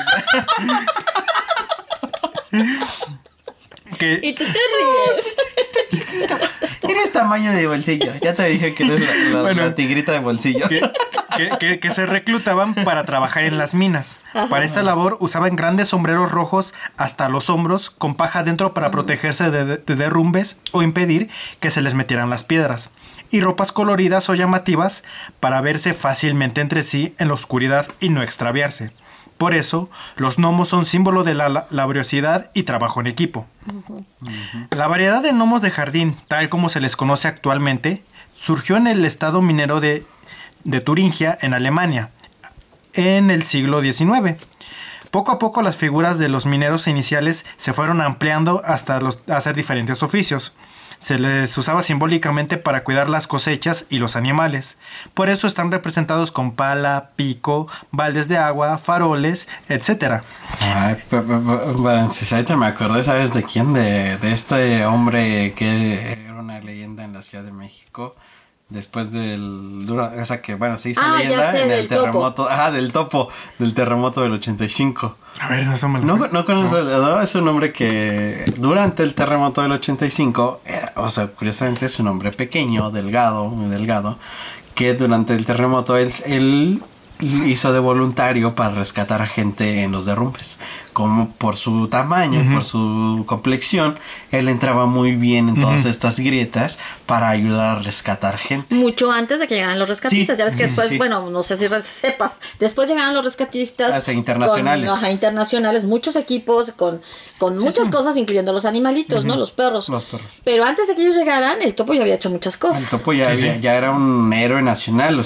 Y tú te ríes. Tienes tamaño de bolsillo. Ya te dije que eres la tigrita de bolsillo. Que se reclutaban para trabajar en las minas. Ajá. Para esta labor usaban grandes sombreros rojos hasta los hombros con paja dentro para protegerse de derrumbes o impedir que se les metieran las piedras. Y ropas coloridas o llamativas para verse fácilmente entre sí en la oscuridad y no extraviarse. Por eso, los gnomos son símbolo de la laboriosidad y trabajo en equipo. La variedad de gnomos de jardín, tal como se les conoce actualmente, surgió en el estado minero de Turingia, en Alemania, en el siglo XIX. Poco a poco las figuras de los mineros iniciales se fueron ampliando hasta hacer diferentes oficios. Se les usaba simbólicamente para cuidar las cosechas y los animales. Por eso están representados con pala, pico, baldes de agua, faroles, etc. Ay, ahorita me acordé, ¿sabes de quién? De este hombre que era una leyenda en la Ciudad de México. Después o sea que, bueno, se hizo leyenda en el terremoto. Del terremoto del 85. A ver, eso me lo sé. No conoces, no, es un hombre que durante el terremoto del 85, curiosamente es un hombre pequeño, delgado, muy delgado, que durante el terremoto él hizo de voluntario para rescatar a gente en los derrumbes. Como por su tamaño, por su complexión, él entraba muy bien en todas estas grietas para ayudar a rescatar gente. Mucho antes de que llegaran los rescatistas. Sí, ya ves que después, bueno, no sé si sepas, después llegaron los rescatistas. Internacionales. Internacionales, muchos equipos con muchas cosas, incluyendo los animalitos, ¿no? Los perros. Pero antes de que ellos llegaran, el topo ya había hecho muchas cosas. El topo ya era un héroe nacional,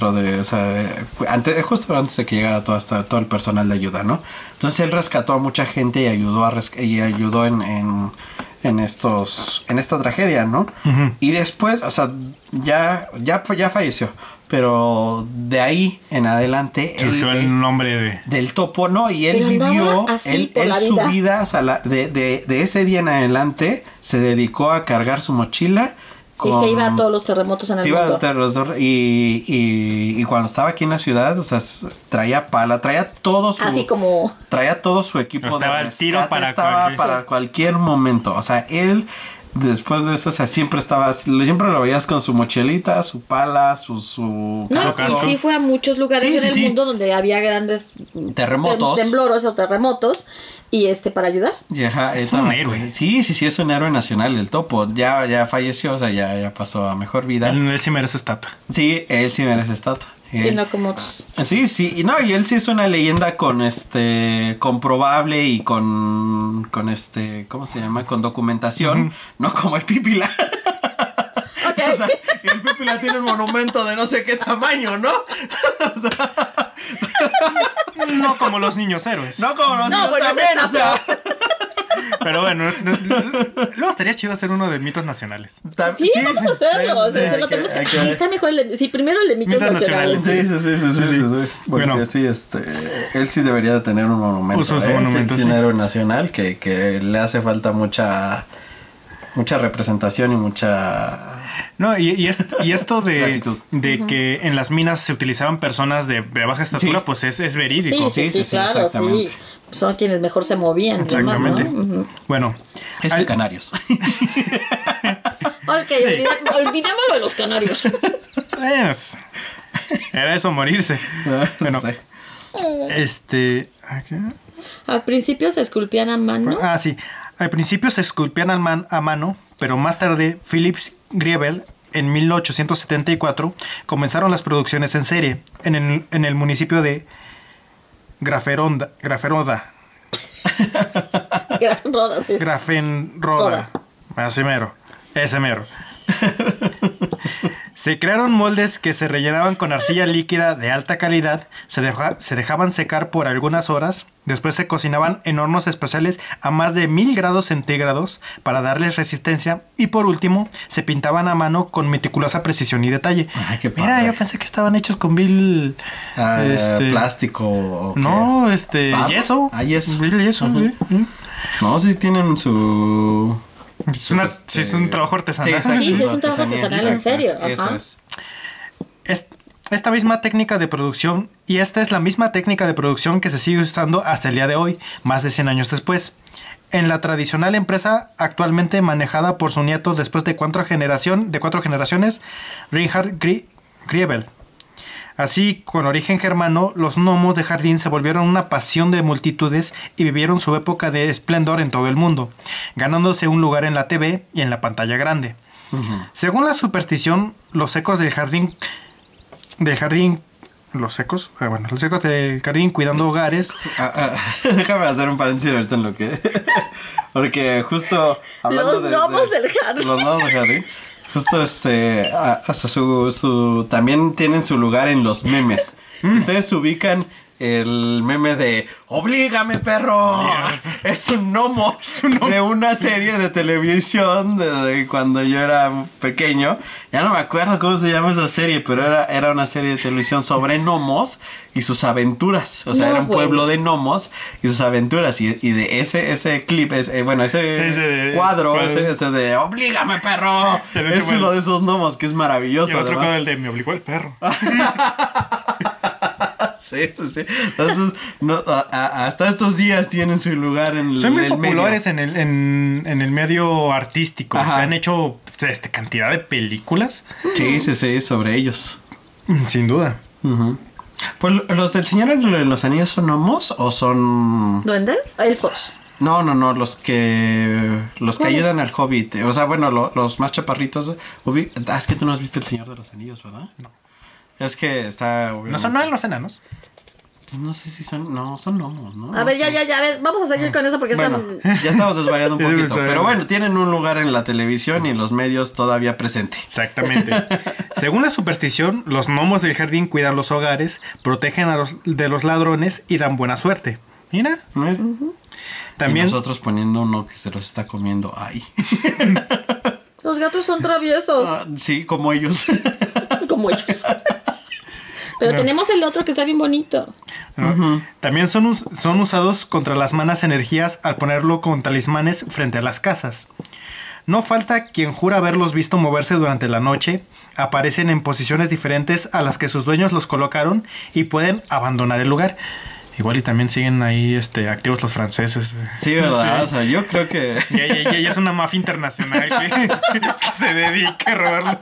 justo antes de que llegara todo el personal de ayuda, ¿no? Entonces él rescató a mucha gente y ayudó en esta tragedia, ¿no? Y después, ya falleció. Pero de ahí en adelante surgió el nombre del topo, ¿no? Y él vivió su vida, de ese día en adelante se dedicó a cargar su mochila. Y se iba a todos los terremotos en el mundo. Y cuando estaba aquí en la ciudad, traía pala, traía todo su equipo. Estaba al tiro para cualquier momento. O sea, él después de eso, siempre lo veías con su mochilita, su pala, su casco. Sí, fue a muchos lugares en el mundo donde había grandes temblores o terremotos y para ayudar. Es un héroe. Sí, es un héroe nacional, el topo. Ya falleció, ya pasó a mejor vida. Él sí merece estatua. Sí, él sí merece estatua. Sí, no como otros. Sí, y él sí es una leyenda comprobable y con ¿cómo se llama? Con documentación, no como el Pípila. Okay. El Pípila tiene un monumento de no sé qué tamaño, ¿no? No como los niños héroes. No como los niños también, Pero bueno, luego estaría chido hacer uno de mitos nacionales. Sí, vamos a hacerlo. O sea, lo tenemos que... Ahí está mejor el de... Sí, primero el de mitos nacionales. Sí. Bueno, sí, él sí debería de tener un monumento. Puso su monumento, es un héroe nacional que le hace falta mucha representación y mucha... No, y esto de que en las minas se utilizaban personas de baja estatura, pues es verídico. Sí, claro, sí. Son quienes mejor se movían. Exactamente. Además, ¿no? Bueno. Es de canarios. Ok, olvidémoslo de los canarios. Era eso, morirse. Bueno, Al principio se esculpían a mano. Sí. Al principio se esculpían a mano, pero más tarde Philips Griebel, en 1874, comenzaron las producciones en serie en el municipio de Grafenroda. Grafenroda, sí. Grafenroda. Así mero. Ese mero. Se crearon moldes que se rellenaban con arcilla líquida de alta calidad, se dejaban secar por algunas horas, después se cocinaban en hornos especiales a más de 1000 grados centígrados para darles resistencia y por último se pintaban a mano con meticulosa precisión y detalle. Ay, qué padre. Mira, yo pensé que estaban hechos con plástico. No, yeso. Yeso. Yeso, sí. No, sí tienen su... Es un trabajo artesanal. Sí, es un trabajo artesanal, en serio. Eso es. Esta misma técnica de producción, y esta es la misma técnica de producción que se sigue usando hasta el día de hoy, más de 100 años después. En la tradicional empresa actualmente manejada por su nieto después de cuatro generaciones, Reinhard Griebel. Así, con origen germano, los gnomos de jardín se volvieron una pasión de multitudes y vivieron su época de esplendor en todo el mundo, ganándose un lugar en la TV y en la pantalla grande. Según la superstición, los ecos del jardín cuidando hogares. Déjame hacer un paréntesis ahorita en lo que... Porque justo hablando los gnomos del jardín. Los gnomos del jardín. Justo hasta también tienen su lugar en los memes. Si ustedes ubican el meme de "Oblígame, perro", es un gnomo de una serie de televisión de cuando yo era pequeño. Ya no me acuerdo cómo se llama esa serie, pero era una serie de televisión sobre gnomos y sus aventuras. O sea, era un pueblo de gnomos y sus aventuras. Y de ese clip, ese cuadro, ese de "Oblígame, perro", es uno de esos gnomos que es maravilloso. Y el otro cuadro, el de "Me obligó el perro". Sí. Entonces, hasta estos días tienen su lugar en el medio. Son muy populares en el medio artístico. Se han hecho cantidad de películas. Sí, sobre ellos. Sin duda. Pues, ¿los del Señor de los Anillos son gnomos o son... ¿duendes? Elfos. No, los que ayudan al Hobbit. O sea, bueno, los más chaparritos. Es que tú no has visto El Señor de los Anillos, ¿verdad? No. Es que está... ¿No son los enanos? No sé si son... No, son gnomos, ¿no? A ver, ya, a ver, vamos a seguir con eso porque ya estamos desvariando un poquito. Pero bueno, tienen un lugar en la televisión y en los medios todavía presente. Exactamente. Según la superstición, los gnomos del jardín cuidan los hogares, protegen de los ladrones y dan buena suerte. Mira. También... Y nosotros poniendo uno que se los está comiendo ahí. Los gatos son traviesos. Sí, como ellos. Como ellos. Pero tenemos el otro que está bien bonito. También son usados contra las malas energías al ponerlo con talismanes frente a las casas. No falta quien jura haberlos visto moverse durante la noche, aparecen en posiciones diferentes a las que sus dueños los colocaron y pueden abandonar el lugar. Igual y también siguen ahí activos los franceses. Sí, ¿verdad? Sí. O sea, yo creo que... Y es una mafia internacional que se dedica a robarlos.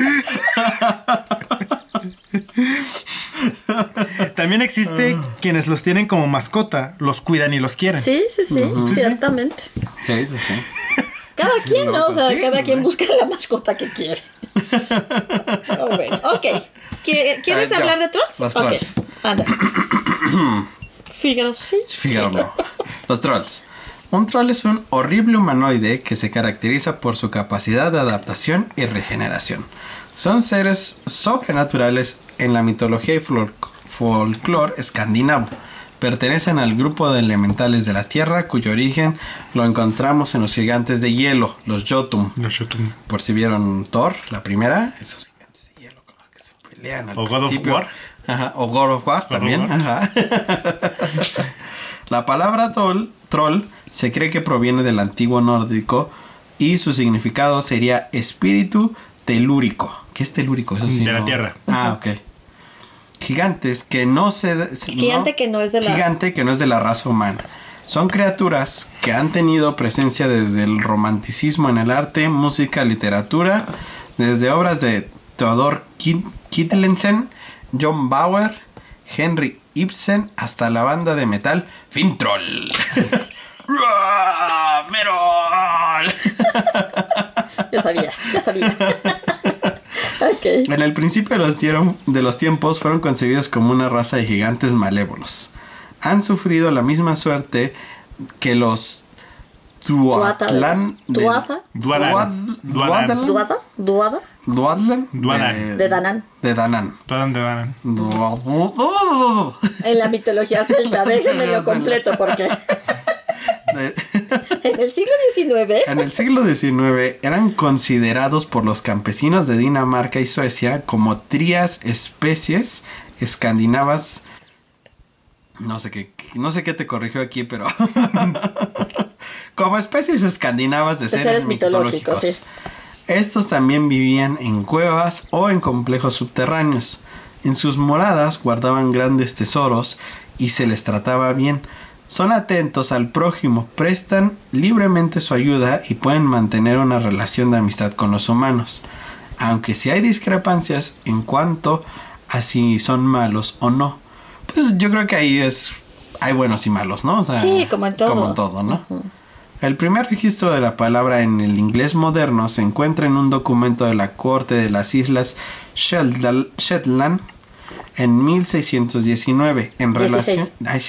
También existe quienes los tienen como mascota, los cuidan y los quieren. Sí, ciertamente. Sí. Cada quien, ¿no? O sea, cada quien busca la mascota que quiere. Bueno, ok. ¿Quieres hablar de trolls? Los trolls. Anda. Fígaro, sí. Fígaro no. Los trolls. Un troll es un horrible humanoide que se caracteriza por su capacidad de adaptación y regeneración. Son seres sobrenaturales en la mitología y folclore escandinavo. Pertenecen al grupo de elementales de la Tierra, cuyo origen lo encontramos en los gigantes de hielo, los Jotun. Los Jotun. Por si vieron Thor, la primera, esos gigantes de hielo con los que se pelean al O God of principio. War. Ajá, o God of War también. God of War. Ajá. La palabra troll se cree que proviene del antiguo nórdico y su significado sería espíritu telúrico. ¿Qué es telúrico? Eso sí. De la no... Tierra. Ah, ok. Gigantes que no se... Gigante que no es de la... Gigante que no es de la raza humana. Son criaturas que han tenido presencia desde el romanticismo en el arte, música, literatura, desde obras de Theodor Kittelsen, John Bauer, Henry Ibsen, hasta la banda de metal Fintroll. ¡Merol! Yo sabía. Ok. En el principio de los tiempos fueron concebidos como una raza de gigantes malévolos. Han sufrido la misma suerte que los Duatlan ¿Duaza? Duadan. ¿Duada? De Danann. De Danann. En la mitología celta, déjenme lo completo porque en el siglo XIX En el siglo XIX eran considerados por los campesinos de Dinamarca y Suecia como trías especies escandinavas. No sé qué te corrigió aquí, pero como especies escandinavas de seres mitológicos. Sí. Estos también vivían en cuevas o en complejos subterráneos. En sus moradas guardaban grandes tesoros y se les trataba bien. Son atentos al prójimo, prestan libremente su ayuda y pueden mantener una relación de amistad con los humanos. Aunque sí hay discrepancias en cuanto a si son malos o no. Pues yo creo que ahí hay buenos y malos, ¿no? O sea, sí, como en todo. Como en todo, ¿no? El primer registro de la palabra en el inglés moderno se encuentra en un documento de la corte de las islas Shetland en 1619 en relación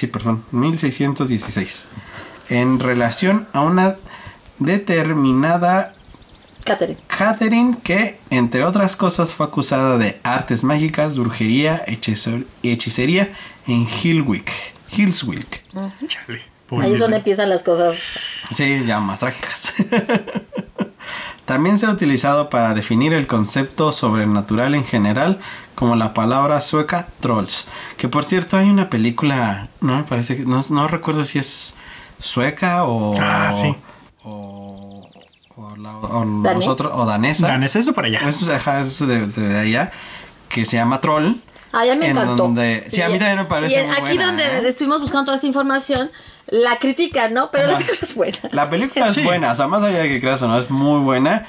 1616 en relación a una determinada Catherine que entre otras cosas fue acusada de artes mágicas, brujería, hechicería en Hillswick. Chale. Ahí es donde empiezan las cosas. Sí, ya más trágicas. También se ha utilizado para definir el concepto sobrenatural en general, como la palabra sueca trolls. Que por cierto hay una película, no me parece, no recuerdo si es sueca o... sí. O ¿Danés? o danesa. Danés es de por allá. Eso es de allá, que se llama Troll. Ah, ya me encantó. Sí, a mí también me parece muy aquí buena, donde estuvimos buscando toda esta información, la critican, ¿no? Pero la película es buena. La película es buena, o sea, más allá de que creas o no, es muy buena.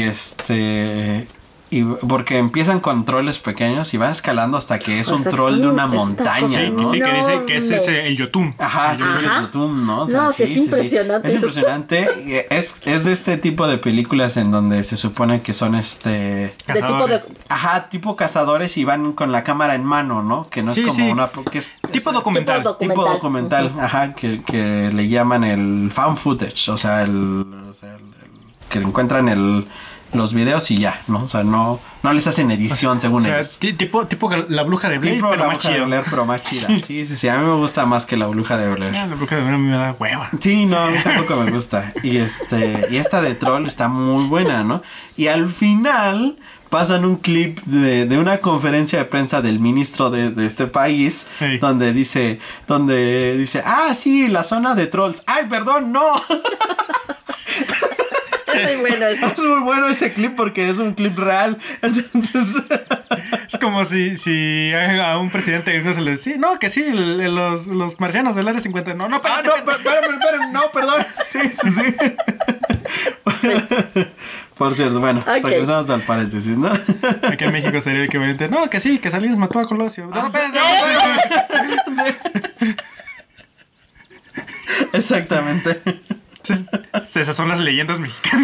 Y porque empiezan con troles pequeños y van escalando hasta que es un troll de una montaña, ¿no? Sí, que dice que ese es el Jotun. Ajá, el Jotun, ¿no? O sea, no, sí, es impresionante. Es impresionante. Es de este tipo de películas en donde se supone que son tipo cazadores y van con la cámara en mano, ¿no? Que no es como una... Que es, tipo documental. Tipo documental, ajá, que le llaman el fan footage, o sea, que encuentran los videos y ya, ¿no? O sea, no les hacen edición según ellos. Tipo la bruja de Blair, pero más chido. Pero más chida. Sí. A mí me gusta más que la bruja de Blair. La bruja de Blair a mí me da hueva. Sí, no, a mí tampoco me gusta. Y esta de Troll está muy buena, ¿no? Y al final pasan un clip de una conferencia de prensa del ministro de este país, donde dice, sí, la zona de trolls. ¡Ay, perdón, no! Es muy bueno eso. Es muy bueno ese clip porque es un clip real. Entonces... Es como si a un presidente gringo se le dice, no, que sí, los marcianos del área 50. No, espérame. No, perdón. Sí. Por cierto, bueno, regresamos al paréntesis, ¿no? Aquí en México sería el equivalente. No, que sí, que Salinas mató a Colosio. No, espérate. Exactamente. Esas son las leyendas mexicanas.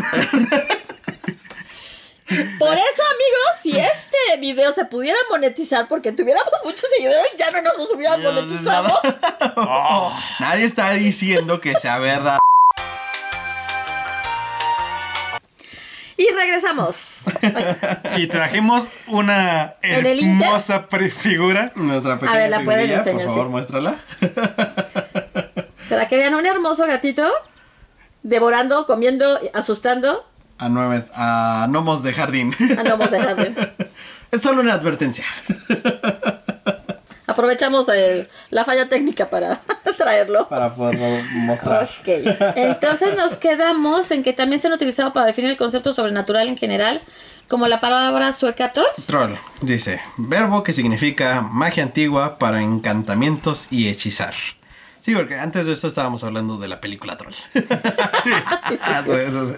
Por eso, amigos, si este video se pudiera monetizar porque tuviéramos muchos seguidores, ya no nos hubieran monetizado. Nadie está diciendo que sea verdad. Y regresamos. Y trajimos una ¿En el hermosa figura. Nuestra pequeña A ver, la pueden figurilla, enseñar, por favor, sí. muéstrala. Para que vean un hermoso gatito devorando, comiendo, asustando A gnomos de jardín. a gnomos de jardín. Es solo una advertencia. Aprovechamos la falla técnica para traerlo. Para poderlo mostrar. Ok, entonces nos quedamos en que también se han utilizado para definir el concepto sobrenatural en general, como la palabra sueca trolls. Troll, dice, verbo que significa magia antigua para encantamientos y hechizar. Sí, porque antes de esto estábamos hablando de la película Troll. Sí. Eso sí.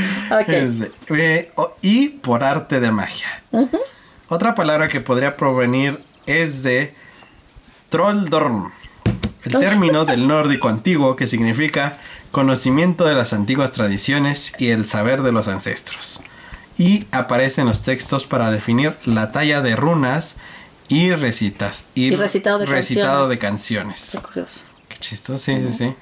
Ok. Y por arte de magia. Otra palabra que podría provenir es de Trolldorm, el término del nórdico antiguo que significa conocimiento de las antiguas tradiciones y el saber de los ancestros. Y aparece en los textos para definir la talla de runas y recitado de canciones. Qué curioso. Qué chistoso, sí.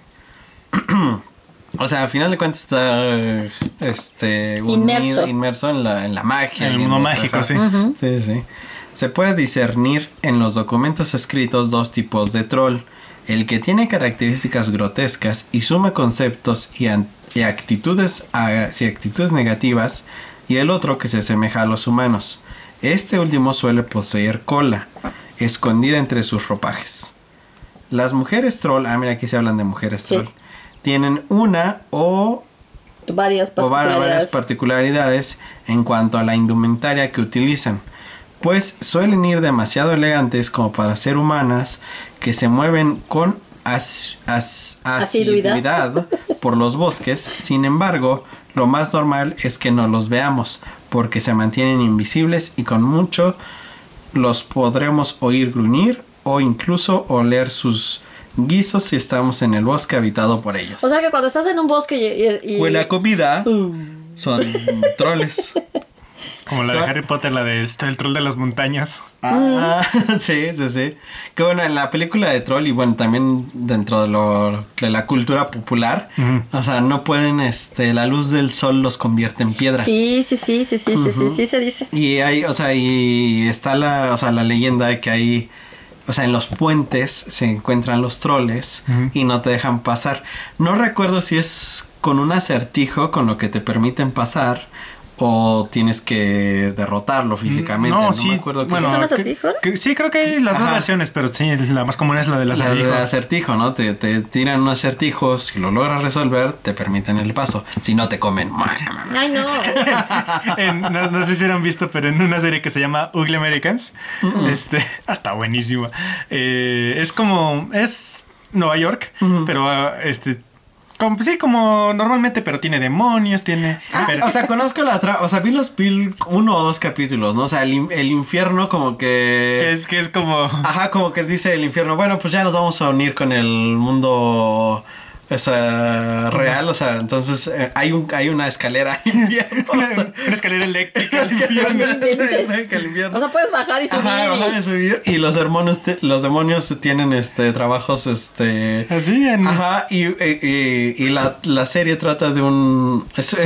O sea, al final de cuentas está inmerso en la magia. En el mundo mágico, sí. Sí. Se puede discernir en los documentos escritos dos tipos de troll. El que tiene características grotescas y suma conceptos y actitudes negativas, y el otro que se asemeja a los humanos. Este último suele poseer cola, escondida entre sus ropajes. Las mujeres troll, mira, aquí se hablan de mujeres troll, tienen una o Varias varias particularidades en cuanto a la indumentaria que utilizan, pues suelen ir demasiado elegantes como para ser humanas, que se mueven con asiduidad por los bosques. Sin embargo, lo más normal es que no los veamos, porque se mantienen invisibles y con mucho los podremos oír gruñir o incluso oler sus guisos si estamos en el bosque habitado por ellos. O sea que cuando estás en un bosque y huele a comida, son troles. Como la de Harry Potter, la de el troll de las montañas. Sí. Que bueno, en la película de Troll y bueno, también dentro de la cultura popular, o sea, no pueden, la luz del sol los convierte en piedras. Sí, se dice. Y hay, o sea, y está la leyenda de que hay, o sea, en los puentes se encuentran los troles y no te dejan pasar. No recuerdo si es con un acertijo con lo que te permiten pasar, o tienes que derrotarlo físicamente. No sí, me acuerdo. Bueno, ¿Es un acertijo? Sí, creo que hay las dos versiones, pero sí, la más común es la del acertijo. La del acertijo, ¿no? Te tiran un acertijo, si lo logras resolver, te permiten el paso. Si no, te comen. Ay, no. No sé si lo han visto, pero en una serie que se llama Ugly Americans, está buenísima. Es Nueva York, pero como normalmente, pero tiene demonios, o sea, conozco o sea, vi 1 o 2 capítulos, ¿no? O sea, el infierno como que es como... Ajá, como que dice el infierno, bueno, pues ya nos vamos a unir con el mundo real, o sea, entonces hay una escalera al infierno. Una escalera eléctrica al infierno. O sea, puedes bajar y subir. Ajá, bajar y subir. Y los demonios tienen así trabajos Ajá, y la serie trata de un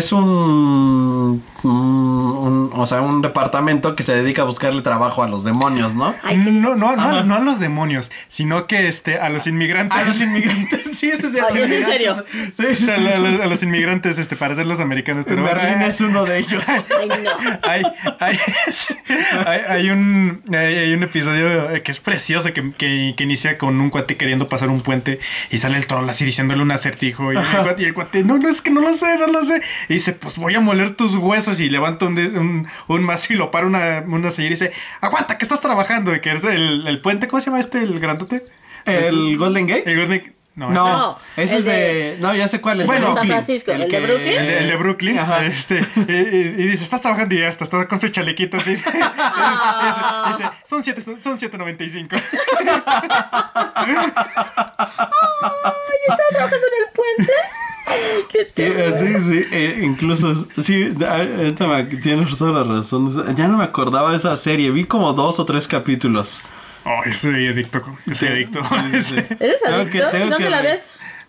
departamento que se dedica a buscarle trabajo a los demonios, ¿no? No a los demonios, sino que a los inmigrantes. A los inmigrantes, sí, ese es ¿es en serio? Sí. A los inmigrantes para ser los americanos. Pero Berlín es uno de ellos. Ay, no. Hay un episodio que es precioso que inicia con un cuate queriendo pasar un puente y sale el troll así diciéndole un acertijo y el cuate, no, es que no lo sé. Y dice, pues voy a moler tus huesos, y levanta un mazo y lo para una señora y dice, aguanta, que estás trabajando, y que es el puente, ¿cómo se llama el grandote? ¿El Golden Gate? El Golden Gate. No, ese es de... No, ya sé cuál es. Bueno, de San Francisco, ¿el de Brooklyn? El de Brooklyn. Ajá. Y dice, estás trabajando, y ya está con su chalequito así. Y dice, son 7.95. Ay, estaba trabajando en el puente. Ay, qué terrible. Sí, incluso, sí, tienes toda la razón. Ya no me acordaba de esa serie, vi como 2 o 3 capítulos. Soy adicto. ¿Eres adicto? ¿Dónde la ves?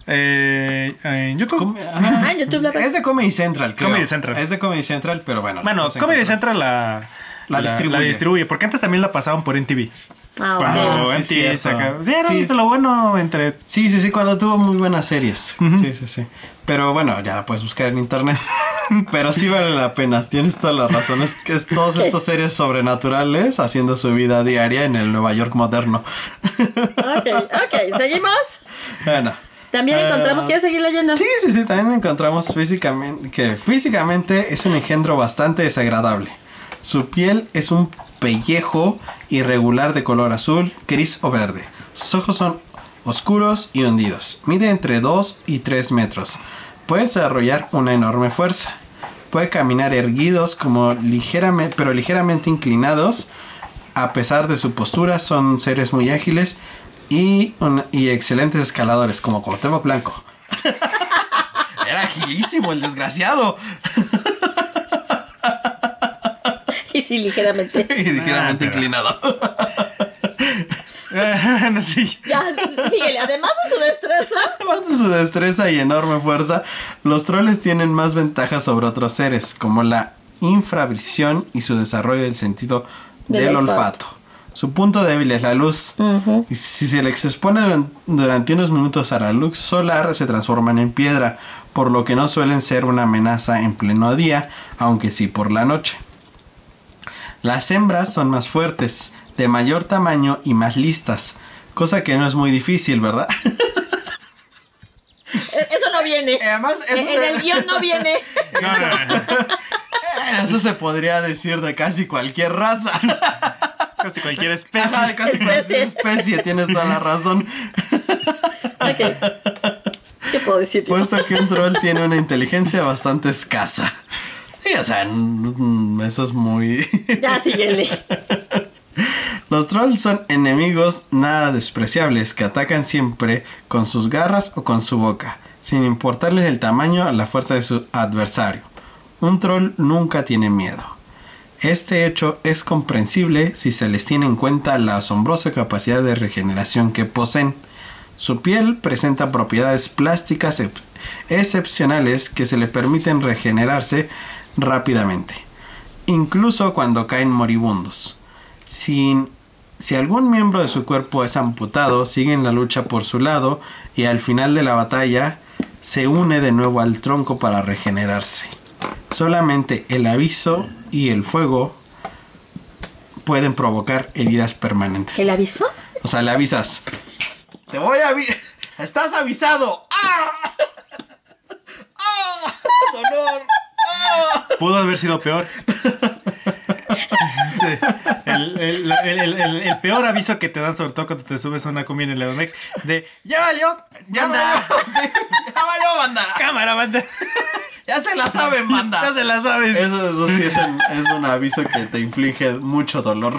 En YouTube. En YouTube la ves. Es de Comedy Central, creo. Comedy Central. Es de Comedy Central, pero bueno. Bueno, Comedy Central la distribuye. Porque antes también la pasaban por MTV. Cuando sí, MTV cierto. saca. Sí, era Sí. lo bueno entre. Sí, cuando tuvo muy buenas series. Ujú. Sí. Pero bueno, ya la puedes buscar en internet. Pero sí vale la pena, tienes toda la razón. Es que es todas estas series sobrenaturales haciendo su vida diaria en el Nueva York moderno. Ok, ¿seguimos? Bueno. También encontramos, ¿quieres seguir leyendo? Sí, también encontramos físicamente es un engendro bastante desagradable. Su piel es un pellejo irregular de color azul, gris o verde. Sus ojos son oscuros y hundidos. Mide entre 2 y 3 metros. Puede desarrollar una enorme fuerza. Puede caminar erguidos pero ligeramente inclinados. A pesar de su postura, son seres muy ágiles y excelentes escaladores, como Cuauhtémoc Blanco. Era agilísimo el desgraciado. Y sí, ligeramente. Y ligeramente inclinado. No, sí. Ya, síguele. Además de su destreza. Además de su destreza y enorme fuerza, los troles tienen más ventajas sobre otros seres, como la infravisión y su desarrollo del sentido del olfato. Su punto débil es la luz. Y si se les expone durante unos minutos a la luz solar, se transforman en piedra, por lo que no suelen ser una amenaza en pleno día, aunque sí por la noche. Las hembras son más fuertes, de mayor tamaño y más listas, cosa que no es muy difícil, ¿verdad? Eso no viene. Además, En el guión no viene. Eso se podría decir de casi cualquier raza. Casi cualquier especie. Ajá, de casi cualquier especie, tienes toda la razón. Ok. ¿Qué puedo decir yo? Puesto que un troll tiene una inteligencia bastante escasa. Sí, o sea, eso es muy... Ya, síguele. Los trolls son enemigos nada despreciables que atacan siempre con sus garras o con su boca, sin importarles el tamaño o la fuerza de su adversario. Un troll nunca tiene miedo. Este hecho es comprensible si se les tiene en cuenta la asombrosa capacidad de regeneración que poseen. Su piel presenta propiedades plásticas excepcionales que se le permiten regenerarse rápidamente, incluso cuando caen moribundos. Si algún miembro de su cuerpo es amputado, siguen la lucha por su lado y al final de la batalla se une de nuevo al tronco para regenerarse. Solamente el aviso y el fuego pueden provocar heridas permanentes. ¿El aviso? O sea, le avisas. Te voy a avisar. ¡Estás avisado! ¡Ah! ¡Ah! ¡Dolor! ¡Ah! Pudo haber sido peor. Sí. El peor aviso que te dan, sobre todo cuando te subes a una comida en el Edomex, de ¡ya valió! ¡Ya ¡Ya valió, banda! ¡Cámara, banda! ¡Ya se la saben, banda! ¡Ya se la saben! Eso sí es un aviso que te inflige mucho dolor.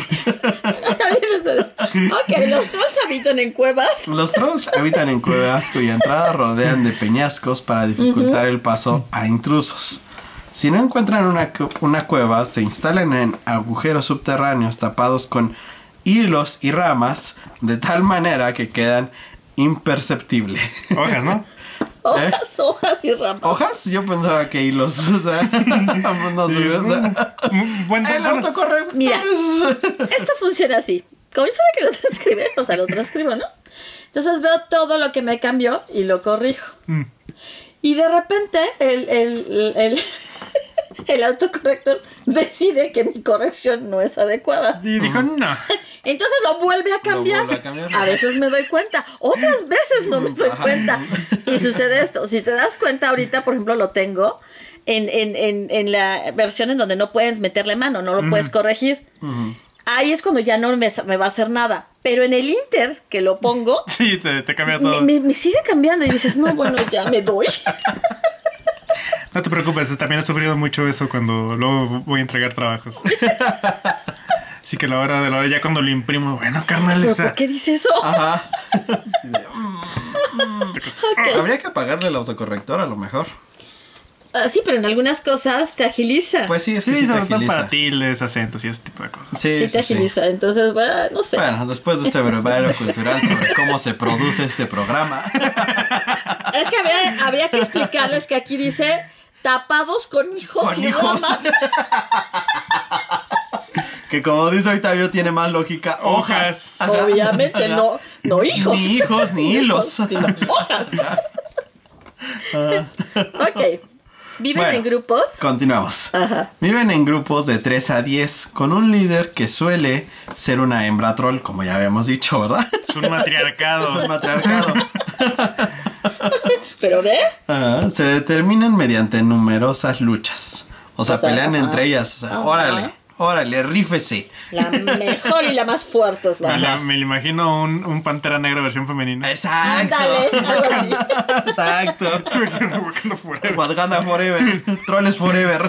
Ok, los trolls habitan en cuevas. Los trolls habitan en cuevas cuya entrada rodean de peñascos para dificultar el paso a intrusos. Si no encuentran una cueva, se instalan en agujeros subterráneos tapados con hilos y ramas, de tal manera que quedan imperceptibles. Hojas, ¿no? Hojas y ramas. ¿Hojas? Yo pensaba que hilos, o sea, no sé, o sea, el autocorrector. Mira, esto funciona así. Como yo soy la que lo transcribe, o sea, lo transcribo, ¿no? Entonces veo todo lo que me cambió y lo corrijo. Y de repente el autocorrector decide que mi corrección no es adecuada. Y dijo, no. Entonces lo vuelve a cambiar. A veces me doy cuenta, otras veces no me doy cuenta. Y sucede esto. Si te das cuenta, ahorita, por ejemplo, lo tengo en la versión en donde no puedes meterle mano, no lo puedes corregir. Ahí es cuando ya no me va a hacer nada. Pero en el Inter, que lo pongo... Sí, te cambia todo. Me sigue cambiando y dices, no, bueno, ya me doy. No te preocupes, también he sufrido mucho eso cuando luego voy a entregar trabajos. Así que a la hora de la hora, ya cuando lo imprimo, bueno, carnal, ¿Pero o sea, por qué dice eso? Ajá. Sí, Okay. Habría que apagarle el autocorrector a lo mejor. Sí, pero en algunas cosas te agiliza. Pues sí, es que sí, sí te sobre todo agiliza. para tildes, acentos y ese tipo de cosas. Sí te agiliza. Entonces, bueno, no sé. Bueno, después de este brevario cultural sobre cómo se produce este programa. Es que habría que explicarles que aquí dice tapados con hijos Con y hijos. ramas. Que como dice Octavio, tiene más lógica. Hojas. Obviamente, no hijos. Ni hijos, ni hilos. Sino hojas. Ok. ¿Viven Bueno, en grupos? Continuamos. Ajá. Viven en grupos de 3 a 10 con un líder que suele ser una hembra troll, como ya habíamos dicho, ¿verdad? Es un matriarcado. Es un matriarcado. ¿Pero ve? Ajá. Se determinan mediante numerosas luchas. O sea, pelean entre ellas. O sea, órale, rífese. La mejor y la más fuerte es la Me lo imagino un Pantera Negra versión femenina. Exacto. Dale, algo así. Exacto. Wakanda Forever. Wakanda Forever. Trolls Forever.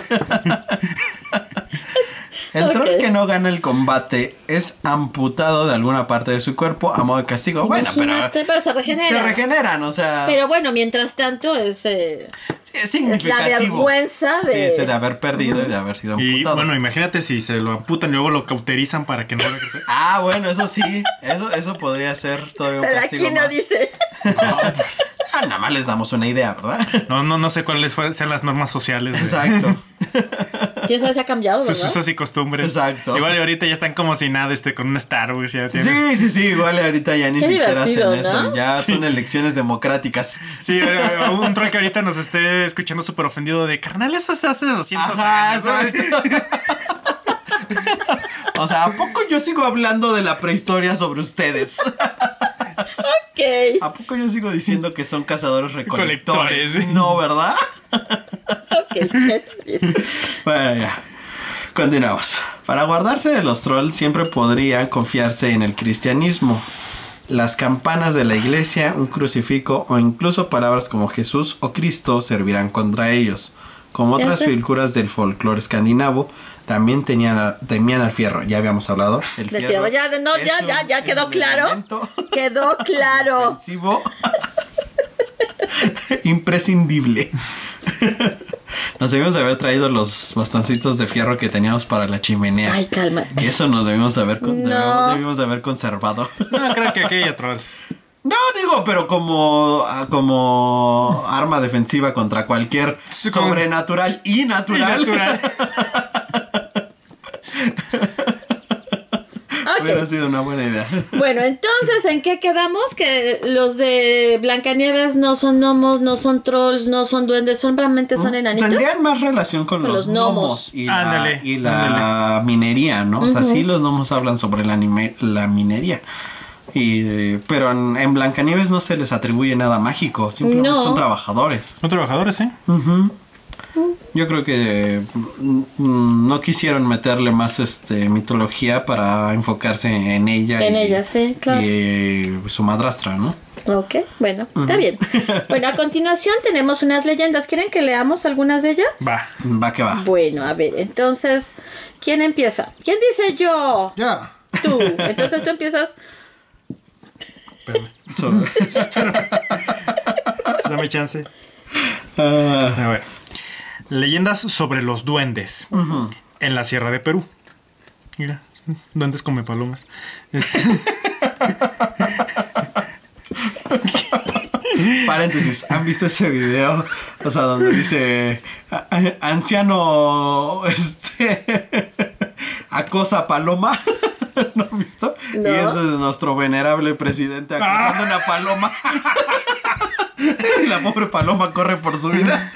El troll que no gana el combate es amputado de alguna parte de su cuerpo a modo de castigo. Imagínate, pero se regenera. Se regeneran, o sea. Pero bueno, mientras tanto es significativo. la vergüenza de... Sí, de haber perdido y de haber sido Y amputado. bueno, imagínate si se lo amputan y luego lo cauterizan para que no vaya a crecer. Ah, bueno, eso sí. Eso podría ser todavía un Pero castigo aquí no más. dice. Nada más les damos una idea, ¿verdad? No sé cuáles sean las normas sociales. Exacto. ¿Quién sabe si ha cambiado, Sus verdad? usos y costumbres. Exacto. Igual y ahorita ya están como si nada, con un Starbucks. Ya tienen. Sí, igual ahorita ya ni Qué siquiera divertido, hacen eso. ¿no? Ya Sí. son elecciones democráticas. Sí, un troll que ahorita nos esté escuchando súper ofendido de carnal, eso está hace 200 Ajá, años. ¿no? exacto. O sea, ¿a poco yo sigo hablando de la prehistoria sobre ustedes? Ok. ¿A poco yo sigo diciendo que son cazadores recolectores? Colectores. No, ¿verdad? Ok, está bien. Bueno, ya. Continuamos. Para guardarse de los trolls siempre podría confiarse en el cristianismo. Las campanas de la iglesia, un crucifijo o incluso palabras como Jesús o Cristo servirán contra ellos. Como otras Fíjate. figuras del folclore escandinavo, también temían al fierro. Ya habíamos hablado. El Del fierro, ya, no, es ya es quedó un claro. elemento Quedó claro. defensivo imprescindible. Nos debimos de haber traído los bastoncitos de fierro que teníamos para la chimenea. Ay, calma. Eso nos debimos de haber, No. debimos de haber conservado. No, creo que aquí hay trolls. No, digo, pero como arma defensiva contra cualquier Sí, como- sobrenatural y natural. Hubiera Ok. sido una buena idea. Bueno, entonces, ¿en qué quedamos? Que los de Blancanieves no son gnomos, no son trolls, no son duendes, solamente son enanitos. Tendrían más relación con Con los los gnomos. gnomos y Ándale, la minería, ¿no? O sea, sí los gnomos hablan sobre la minería. Pero en Blancanieves no se les atribuye nada mágico, simplemente No. son trabajadores. Son trabajadores, ¿sí? Ujú. Yo creo que no quisieron meterle más mitología para enfocarse en ella. En ella, sí, claro. Y su madrastra, ¿no? Ok, bueno, está bien. Bueno, a continuación tenemos unas leyendas. ¿Quieren que leamos algunas de ellas? Va. Va que va. Bueno, a ver, entonces, ¿quién empieza? ¿Quién dice yo? Ya. Tú. Entonces tú empiezas. Dame chance. Ah, A ver. Leyendas sobre los duendes en la Sierra de Perú. Mira, duendes come palomas. paréntesis, ¿han visto ese video? O sea, donde dice anciano acosa paloma. ¿No han visto? No. Y ese es nuestro venerable presidente acosando una paloma. Y la pobre paloma corre por su vida.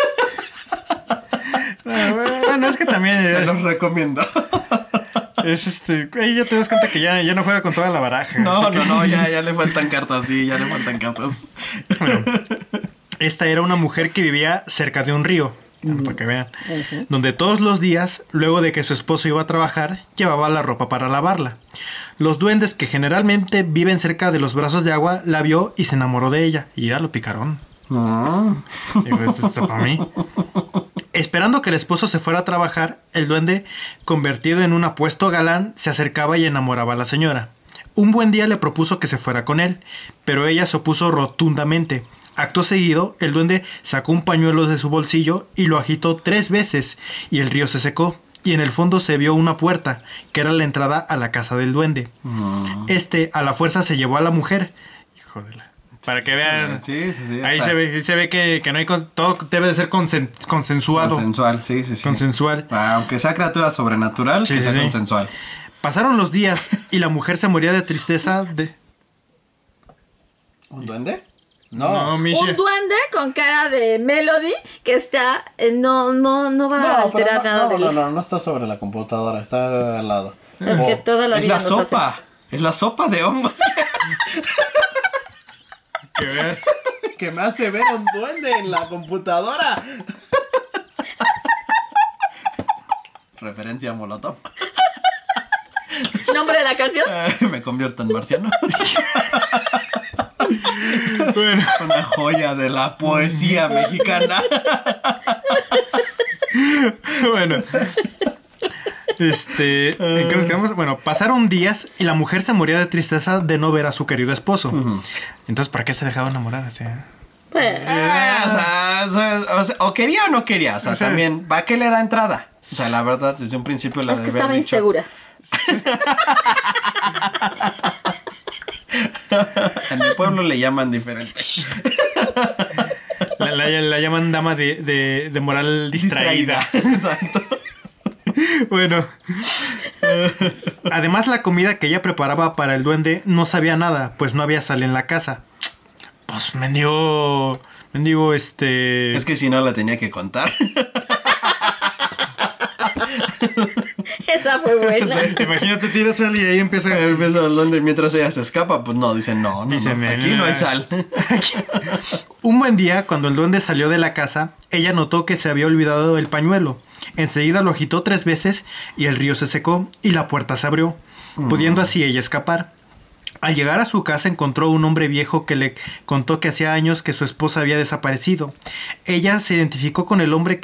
Bueno, es que también Se los recomiendo. es ahí ya te das cuenta que ya no juega con toda la baraja. No, así que- no, ya le faltan cartas, sí, ya le faltan cartas. Bueno, esta era una mujer que vivía cerca de un río, para que vean, donde todos los días, luego de que su esposo iba a trabajar, llevaba la ropa para lavarla. Los duendes, que generalmente viven cerca de los brazos de agua, la vio y se enamoró de ella. Y ya lo picaron. Digo, esto está para mí. Esperando que el esposo se fuera a trabajar, el duende, convertido en un apuesto galán, se acercaba y enamoraba a la señora. Un buen día le propuso que se fuera con él, pero ella se opuso rotundamente. Acto seguido, el duende sacó un pañuelo de su bolsillo y lo agitó 3 veces, y el río se secó, y en el fondo se vio una puerta, que era la entrada a la casa del duende. A la fuerza se llevó a la mujer. Hijo de la... Para que vean. Sí. Ahí se ve que no hay todo debe de ser consensuado. Consensual, sí. Consensual. Aunque sea criatura sobrenatural, que sea consensual. Pasaron los días y la mujer se moría de tristeza ¿Un duende? No, Michi. Un duende con cara de Melody que está... no va a alterar nada de él. No está sobre la computadora, está al lado. Es que toda la vida es la sopa. Es la sopa de hongos que me hace ver un duende en la computadora. Referencia a Molotov. ¿Nombre de la canción? Me convierto en marciano. Bueno. Una joya de la poesía mexicana. Bueno. ¿En qué nos quedamos? Bueno, pasaron días y la mujer se moría de tristeza de no ver a su querido esposo. Entonces, ¿para qué se dejaba enamorar? Pues, O quería o no quería. O sea, también, ¿para qué le da entrada? O sea, la verdad, desde un principio es que estaba insegura. En el pueblo le llaman diferente. La llaman dama de moral distraída. Exacto. Bueno. Además, la comida que ella preparaba para el duende no sabía nada, pues no había sal en la casa. Pues mendigo. Es que si no la tenía que contar. Esa fue buena. Imagínate, tiras sal y ahí empieza el duende mientras ella se escapa. Pues no, dicen no, aquí no hay sal. Un buen día, cuando el duende salió de la casa, ella notó que se había olvidado el pañuelo. Enseguida lo agitó 3 veces y el río se secó y la puerta se abrió, pudiendo así ella escapar. Al llegar a su casa encontró un hombre viejo que le contó que hacía años que su esposa había desaparecido. Ella se identificó que el hombre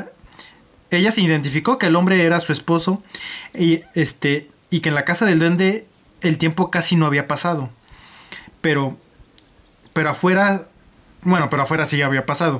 era su esposo y que en la casa del duende el tiempo casi no había pasado. Pero afuera sí había pasado.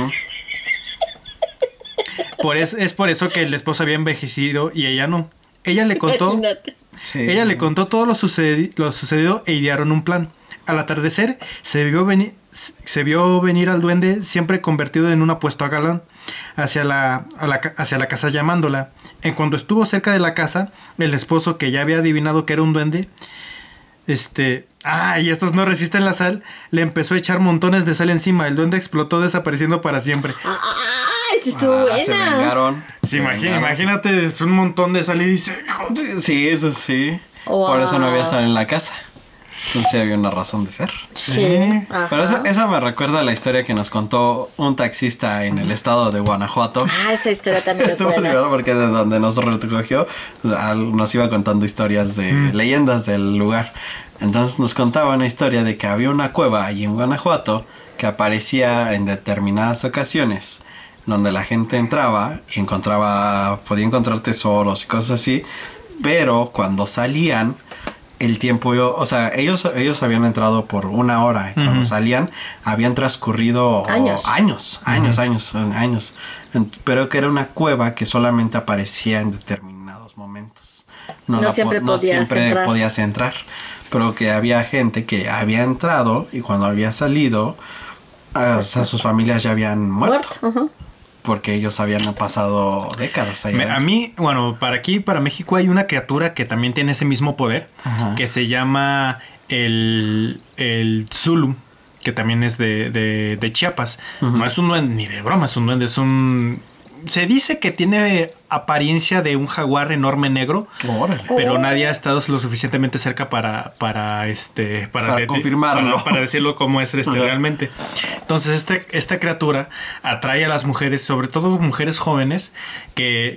Es por eso que el esposo había envejecido y ella no. Ella le contó todo lo sucedido e idearon un plan. Al atardecer se vio venir al duende, siempre convertido en un apuesto galán, hacia la casa llamándola. En cuanto estuvo cerca de la casa, el esposo, que ya había adivinado que era un duende, y estos no resisten la sal, le empezó a echar montones de sal encima. El duende explotó, desapareciendo para siempre. Estuvo buena. Se vengaron. Sí, imagínate, es un montón de sal y dice... Sí, eso sí. Wow. Por eso no había sal en la casa. Entonces había una razón de ser. Sí. Pero eso me recuerda a la historia que nos contó un taxista en el estado de Guanajuato. Esa historia también es Estuvo buena. divertido porque de donde nos recogió nos iba contando historias de leyendas del lugar. Entonces nos contaba una historia de que había una cueva ahí en Guanajuato que aparecía en determinadas ocasiones, donde la gente entraba y podía encontrar tesoros y cosas así, pero cuando salían, el tiempo, ellos habían entrado por 1 hora, y cuando salían habían transcurrido años, pero que era una cueva que solamente aparecía en determinados momentos. No siempre podías entrar, pero que había gente que había entrado y cuando había salido, sus familias ya habían muerto. Porque ellos habían pasado décadas ahí. A mí, para México hay una criatura que también tiene ese mismo poder, que se llama el Zulu, que también es de Chiapas. No es un duende, ni de broma es un duende, se dice que tiene apariencia de un jaguar enorme negro. Órale. Pero nadie ha estado lo suficientemente cerca para confirmarlo. Para decirlo como es realmente. Entonces esta criatura atrae a las mujeres, sobre todo mujeres jóvenes, que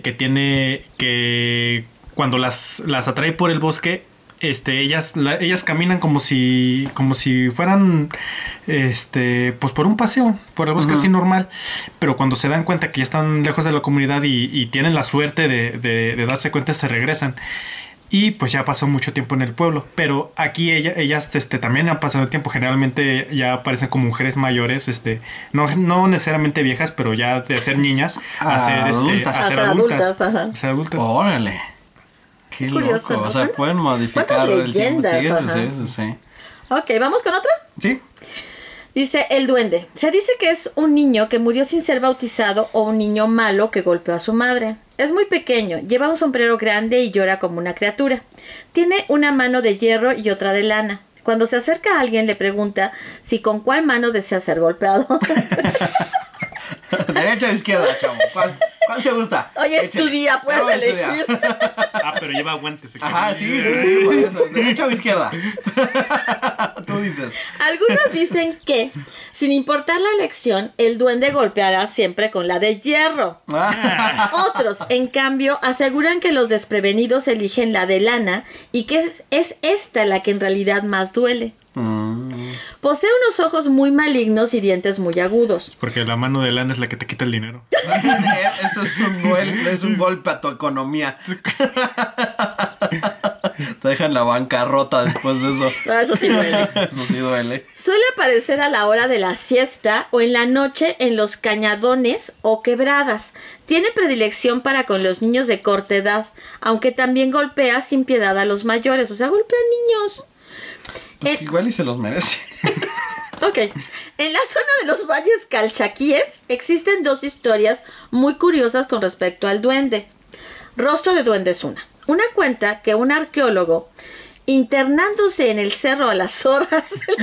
cuando las atrae por el bosque, ellas caminan como si fueran pues por un paseo por el bosque así normal, pero cuando se dan cuenta que ya están lejos de la comunidad y tienen la suerte de darse cuenta, se regresan. Y pues ya pasó mucho tiempo en el pueblo, pero aquí ellas también han pasado el tiempo. Generalmente ya aparecen como mujeres mayores, no necesariamente viejas, pero ya de ser niñas a ser adultas. Ajá. A ser adultas. Órale. Qué curioso, loco. ¿no? O sea, pueden modificar el tiempo. Leyendas, Sí. Ok, ¿vamos con otra? Sí. Dice el duende. Se dice que es un niño que murió sin ser bautizado o un niño malo que golpeó a su madre. Es muy pequeño, lleva un sombrero grande y llora como una criatura. Tiene una mano de hierro y otra de lana. Cuando se acerca a alguien le pregunta si con cuál mano desea ser golpeado. ¿Derecha o izquierda, chavo? ¿Cuál te gusta? Hoy es tu día, puedes elegir. Pero lleva guantes. Ajá, sí, por eso. ¿Derecha o izquierda? Tú dices. Algunos dicen que, sin importar la elección, el duende golpeará siempre con la de hierro. Otros, en cambio, aseguran que los desprevenidos eligen la de lana y que es esta la que en realidad más duele. Posee unos ojos muy malignos y dientes muy agudos. Porque la mano de lana es la que te quita el dinero. Eso es un golpe a tu economía. Te dejan la bancarrota después de eso. Eso sí duele. Eso sí duele. Suele aparecer a la hora de la siesta o en la noche en los cañadones o quebradas. Tiene predilección para con los niños de corta edad, aunque también golpea sin piedad a los mayores. O sea, golpea niños. Pues igual y se los merece. Ok. En la zona de los valles calchaquíes existen dos historias muy curiosas con respecto al duende. Rostro de duende es una. Una cuenta que un arqueólogo, internándose en el cerro a las horas de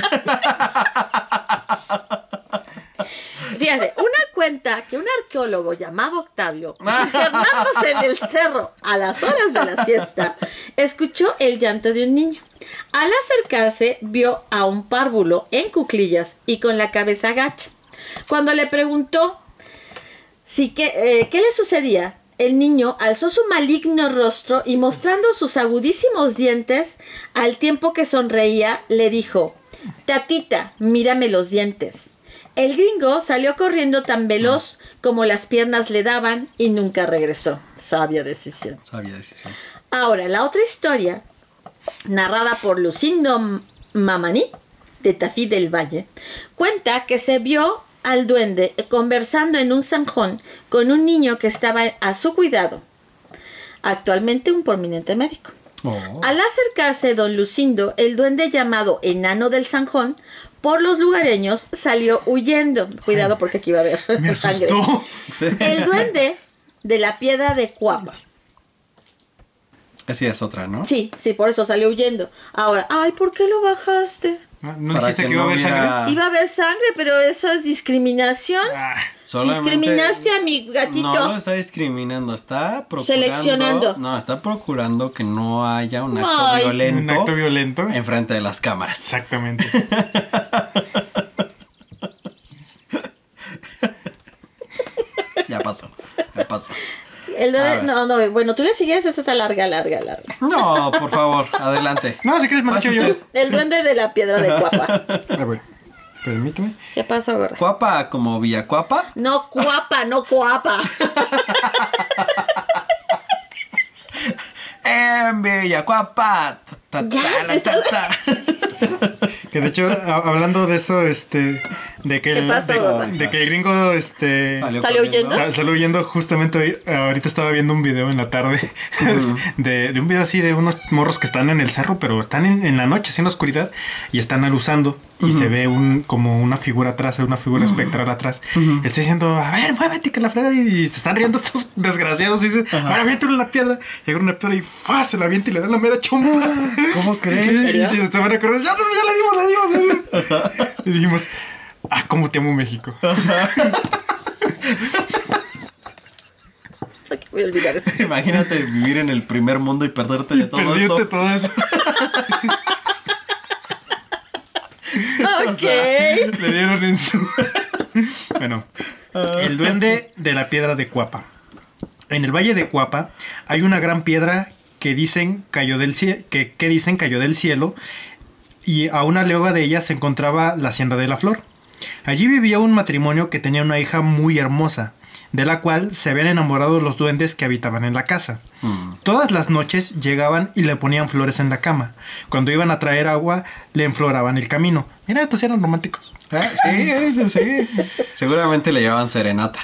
Fíjate, una cuenta que un arqueólogo llamado Octavio, internándose en el cerro a las horas de la siesta, escuchó el llanto de un niño. Al acercarse, vio a un párvulo en cuclillas y con la cabeza gacha. Cuando le preguntó qué le sucedía, el niño alzó su maligno rostro y mostrando sus agudísimos dientes, al tiempo que sonreía, le dijo: «Tatita, mírame los dientes». El gringo salió corriendo tan veloz como las piernas le daban y nunca regresó. Sabia decisión. Sabia decisión. Ahora, la otra historia, narrada por Lucindo Mamani, de Tafí del Valle, cuenta que se vio al duende conversando en un zanjón con un niño que estaba a su cuidado, actualmente un prominente médico. Al acercarse don Lucindo, el duende llamado Enano del Zanjón, por los lugareños salió huyendo. Cuidado porque aquí va a haber sangre. Sí. El duende de la piedra de Cuapa. Así es otra, ¿no? Sí, por eso salió huyendo. Ahora, ay, ¿por qué lo bajaste? ¿No dijiste que iba a haber sangre? Iba a haber sangre, pero eso es discriminación. Discriminaste a mi gatito. No lo está discriminando, está procurando. Seleccionando. No, está procurando que no haya un acto violento. Un acto violento. Enfrente de las cámaras. Exactamente. Ya pasó. El duende, no, bueno, tú le sigues, esta está larga. No, por favor, adelante. No, si quieres me lo yo. El duende de la piedra de Cuapa. Permíteme. ¿Qué pasó, gorda? ¿Cuapa como Villacuapa? No, Cuapa, no Coapa. En Villacuapa. Que de hecho, hablando de eso, de que el gringo ¿Salió huyendo? Salió huyendo. Justamente ahorita estaba viendo un video en la tarde de un video así de unos morros que están en el cerro, pero están en la noche, así en la oscuridad, y están aluzando y se ve como una figura atrás, una figura espectral atrás. Él está diciendo: a ver, muévete, que la frega, y se están riendo estos desgraciados y dice: ahora aviéntale una piedra. Llega una piedra y ¡fa! Se la avienta y le da la mera chompa. ¿Cómo crees? Y se van a correr. Ya la dimos. Y dijimos: cómo te amo, México. Voy a olvidar eso. Imagínate vivir en el primer mundo y perderte de todo Perdiste esto. todo eso. Ok. Le dieron en su... Bueno, el duende de la piedra de Cuapa. En el valle de Cuapa hay una gran piedra que dicen cayó del cielo, y a una legua de ella se encontraba la hacienda de la Flor. Allí vivía un matrimonio que tenía una hija muy hermosa, de la cual se habían enamorado los duendes que habitaban en la casa. Todas las noches llegaban y le ponían flores en la cama. Cuando iban a traer agua, le enfloraban el camino. Mira, estos eran románticos. Sí. Seguramente le llevaban serenata.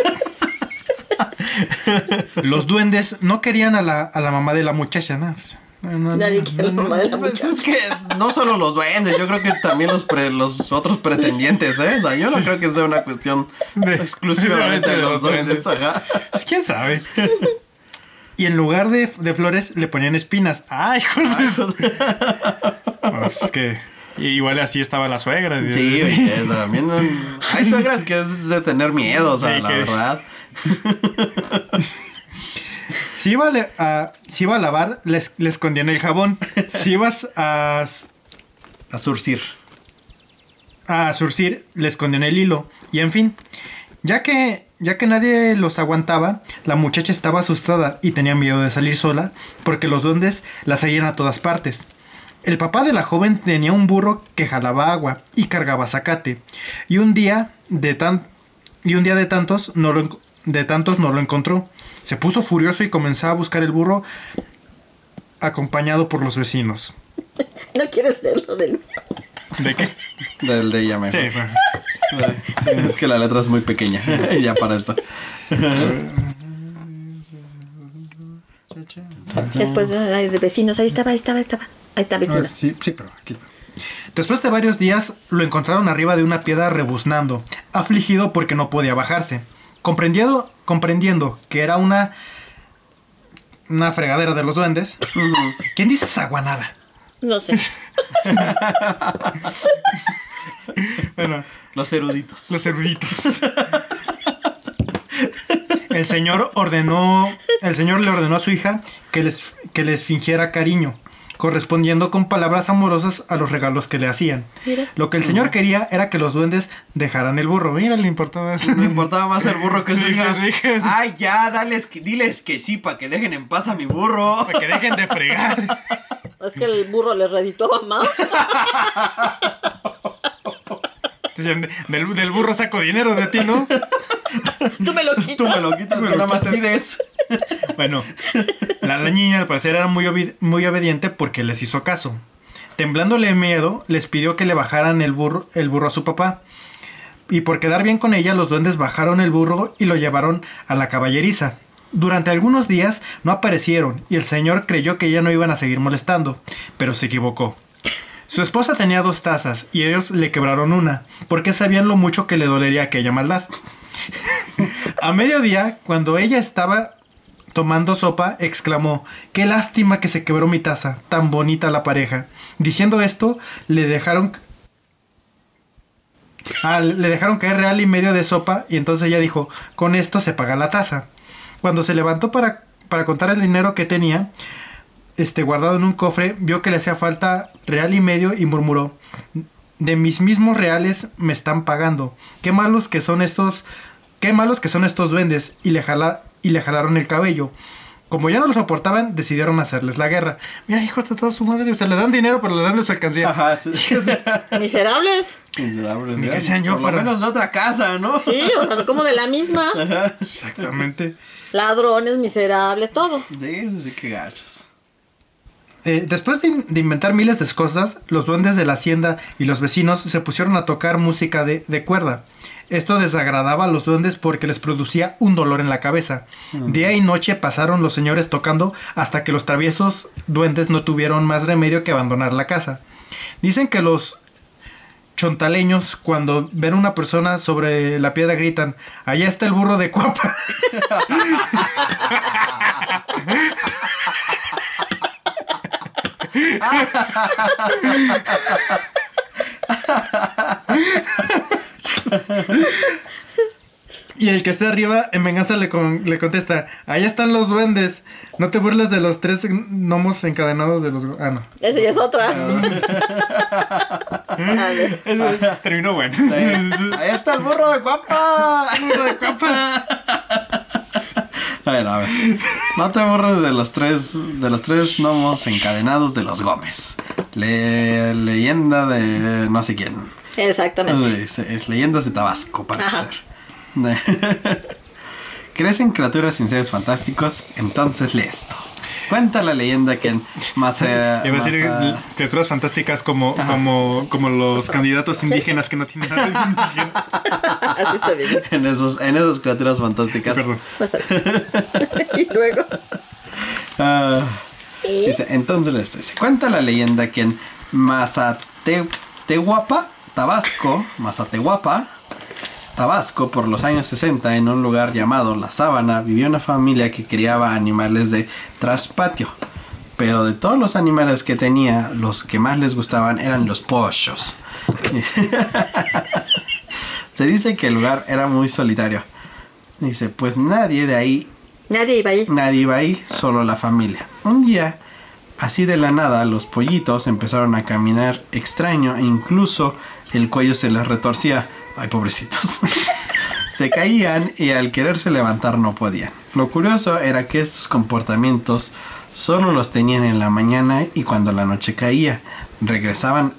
Los duendes no querían a la mamá de la muchacha, ¿no? Nadie quiere la mamá de la Pues muchacha. es que no solo los duendes, yo creo que también los otros pretendientes, ¿eh? O sea, yo no creo que sea una cuestión exclusivamente de los duendes. Ajá. Pues quién sabe. Y en lugar de flores le ponían espinas. ¡Ay, hijos de eso! Pues es que igual así estaba la suegra. Sí, oye, también hay suegras que es de tener miedo, o sea, Sí, la que- verdad. Si iba a lavar, le escondían el jabón. Si ibas A surcir. a surcir, le escondían el hilo. Y en fin, ya que nadie los aguantaba, la muchacha estaba asustada y tenía miedo de salir sola porque los duendes la seguían a todas partes. El papá de la joven tenía un burro que jalaba agua y cargaba zacate. Y un día de tantos no lo encontró. Se puso furioso y comenzó a buscar el burro acompañado por los vecinos. ¿No quieres leerlo del ¿De qué? Del de ella mejor. Sí, bueno. Sí, es que la letra es muy pequeña. Ya para esto. Después de vecinos, ahí estaba. Ahí está vecina. Sí, pero aquí. Después de varios días lo encontraron arriba de una piedra rebuznando, afligido porque no podía bajarse. Comprendiendo que era una fregadera de los duendes. ¿Quién dice esa guanada? No sé. Bueno, Los eruditos. los eruditos. El señor le ordenó a su hija que les fingiera cariño, correspondiendo con palabras amorosas a los regalos que le hacían. Mira. Lo que el señor quería era que los duendes dejaran el burro. Mira, le importaba eso. Me importaba más el burro que su Sí, hija. que su hija. Ay, ya, diles que sí, para que dejen en paz a mi burro. Para que dejen de fregar. Es que el burro les redituaba más. Decían, del burro saco dinero de ti, ¿no? Tú me lo quitas. Tú me lo quitas, Me tú lo nada más quitas. pides. Bueno, la niña al parecer era muy obediente porque les hizo caso. Temblándole de miedo, les pidió que le bajaran el burro a su papá. Y por quedar bien con ella, los duendes bajaron el burro y lo llevaron a la caballeriza. Durante algunos días no aparecieron y el señor creyó que ya no iban a seguir molestando, pero se equivocó. Su esposa tenía 2 tazas y ellos le quebraron una, porque sabían lo mucho que le dolería aquella maldad. A mediodía, cuando ella estaba tomando sopa, exclamó: «¡Qué lástima que se quebró mi taza! Tan bonita la pareja». Diciendo esto, le dejaron caer real y medio de sopa y entonces ella dijo: «Con esto se paga la taza». Cuando se levantó para contar el dinero que tenía guardado en un cofre, vio que le hacía falta real y medio y murmuró: «De mis mismos reales me están pagando. Qué malos que son estos duendes». Y le jalaron el cabello. Como ya no lo soportaban, decidieron hacerles la guerra. Mira, hijos de toda su madre, o sea, le dan dinero, pero le dan de su alcancía. Ajá, sí. Miserables. Ni que sean yo Por para- lo menos de otra casa, ¿no? Sí, o sea, como de la misma. Exactamente. Ladrones, miserables, todo. Sí, qué gachos. Después de inventar miles de cosas, los duendes de la hacienda y los vecinos se pusieron a tocar música de cuerda. Esto desagradaba a los duendes porque les producía un dolor en la cabeza. Día y noche pasaron los señores tocando hasta que los traviesos duendes no tuvieron más remedio que abandonar la casa. Dicen que los chontaleños, cuando ven a una persona sobre la piedra, gritan: «Allá está el burro de Cuapa». Y el que esté arriba, en venganza, le contesta: «Allá están los duendes. No te burles de los 3 gnomos encadenados de los...». Ah, no. Esa ya es otra. A ver. Eso terminó bueno. Ahí está el burro de Cuapa. Burro de Cuapa. A ver. No te borres de los tres gnomos encadenados de los Gómez. Leyenda de no sé quién. Exactamente. Leyendas de Tabasco, para Ajá. ser. ¿Crecen criaturas sin seres fantásticos? Entonces lee esto. Cuenta la leyenda que más... Iba a decir criaturas fantásticas como los candidatos indígenas que no tienen nada de indígena. Así está bien. en esos criaturas fantásticas. Perdón. Va a estar bien. Y luego. Dice, entonces se cuenta la leyenda que en Mazatehuapa, Tabasco, por los años 60, en un lugar llamado La Sábana, vivía una familia que criaba animales de traspatio. Pero de todos los animales que tenía, los que más les gustaban eran los pollos. Se dice que el lugar era muy solitario. Dice, pues nadie iba ahí, solo la familia. Un día, así de la nada, los pollitos empezaron a caminar extraño e incluso el cuello se les retorcía. Ay, pobrecitos. Se caían y al quererse levantar no podían. Lo curioso era que estos comportamientos solo los tenían en la mañana y cuando la noche caía, regresaban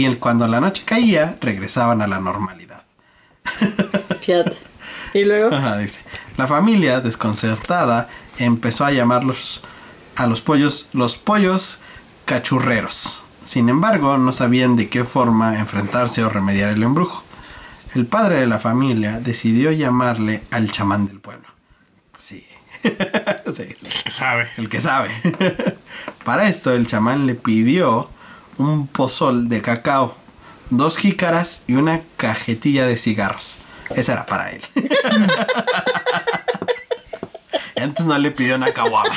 a la normalidad. Fíjate. Y luego. Ajá, dice. La familia, desconcertada, empezó a llamarlos a los pollos cachurreros. Sin embargo, no sabían de qué forma enfrentarse o remediar el embrujo. El padre de la familia decidió llamarle al chamán del pueblo. Sí. Sí. El que sabe. Para esto, el chamán le pidió un pozol de cacao, 2 jícaras y una cajetilla de cigarros. Esa era para él. Antes no le pidió una caguama.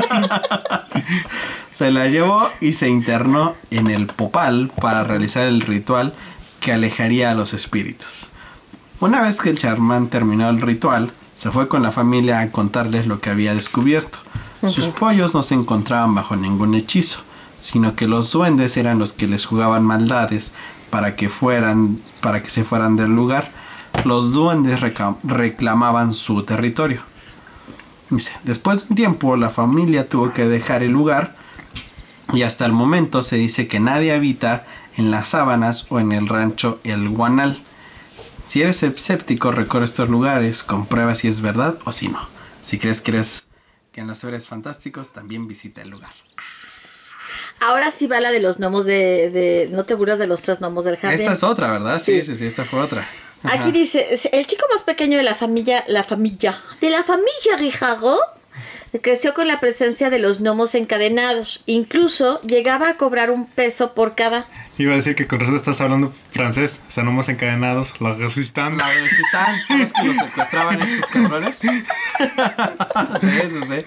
Se la llevó y se internó en el popal para realizar el ritual que alejaría a los espíritus. Una vez que el chamán terminó el ritual, se fue con la familia a contarles lo que había descubierto. Sus pollos no se encontraban bajo ningún hechizo, sino que los duendes eran los que les jugaban maldades para que se fueran del lugar. Los duendes reclamaban su territorio. Dice, después de un tiempo, la familia tuvo que dejar el lugar y hasta el momento se dice que nadie habita en las sábanas o en el rancho El Guanal. Si eres escéptico, recorre estos lugares, comprueba si es verdad o si no. Si crees que en los seres fantásticos, también visita el lugar. Ahora sí va la de los gnomos de no te burlas de los 3 gnomos del jardín. Esta es otra, ¿verdad? Sí, esta fue otra. Ajá. Aquí dice, el chico más pequeño de la familia Rijago creció con la presencia de los gnomos encadenados. Incluso llegaba a cobrar un peso por cada... Iba a decir que con razón estás hablando francés. O sea, gnomos encadenados, la resistance. La resistance, ¿sabes que los secuestraban estos cabrones? Sí, eso sí.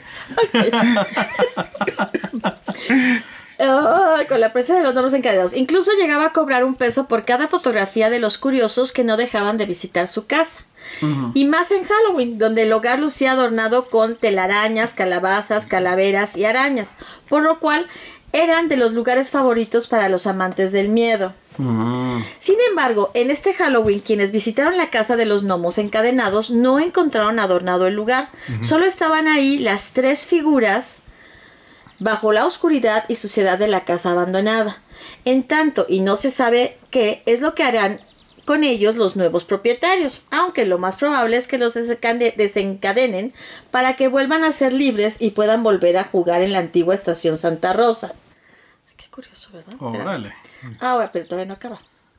Con la presencia de los gnomos encadenados. Incluso llegaba a cobrar un peso por cada fotografía de los curiosos que no dejaban de visitar su casa. Y más en Halloween, donde el hogar lucía adornado con telarañas, calabazas, calaveras y arañas, por lo cual eran de los lugares favoritos para los amantes del miedo. Sin embargo, en este Halloween, quienes visitaron la casa de los gnomos encadenados no encontraron adornado el lugar. Solo estaban ahí las 3 figuras bajo la oscuridad y suciedad de la casa abandonada. En tanto, y no se sabe qué es lo que harán con ellos los nuevos propietarios, aunque lo más probable es que los desencadenen para que vuelvan a ser libres y puedan volver a jugar en la antigua estación Santa Rosa. Qué curioso, ¿verdad? Órale. Ahora, pero todavía no acaba.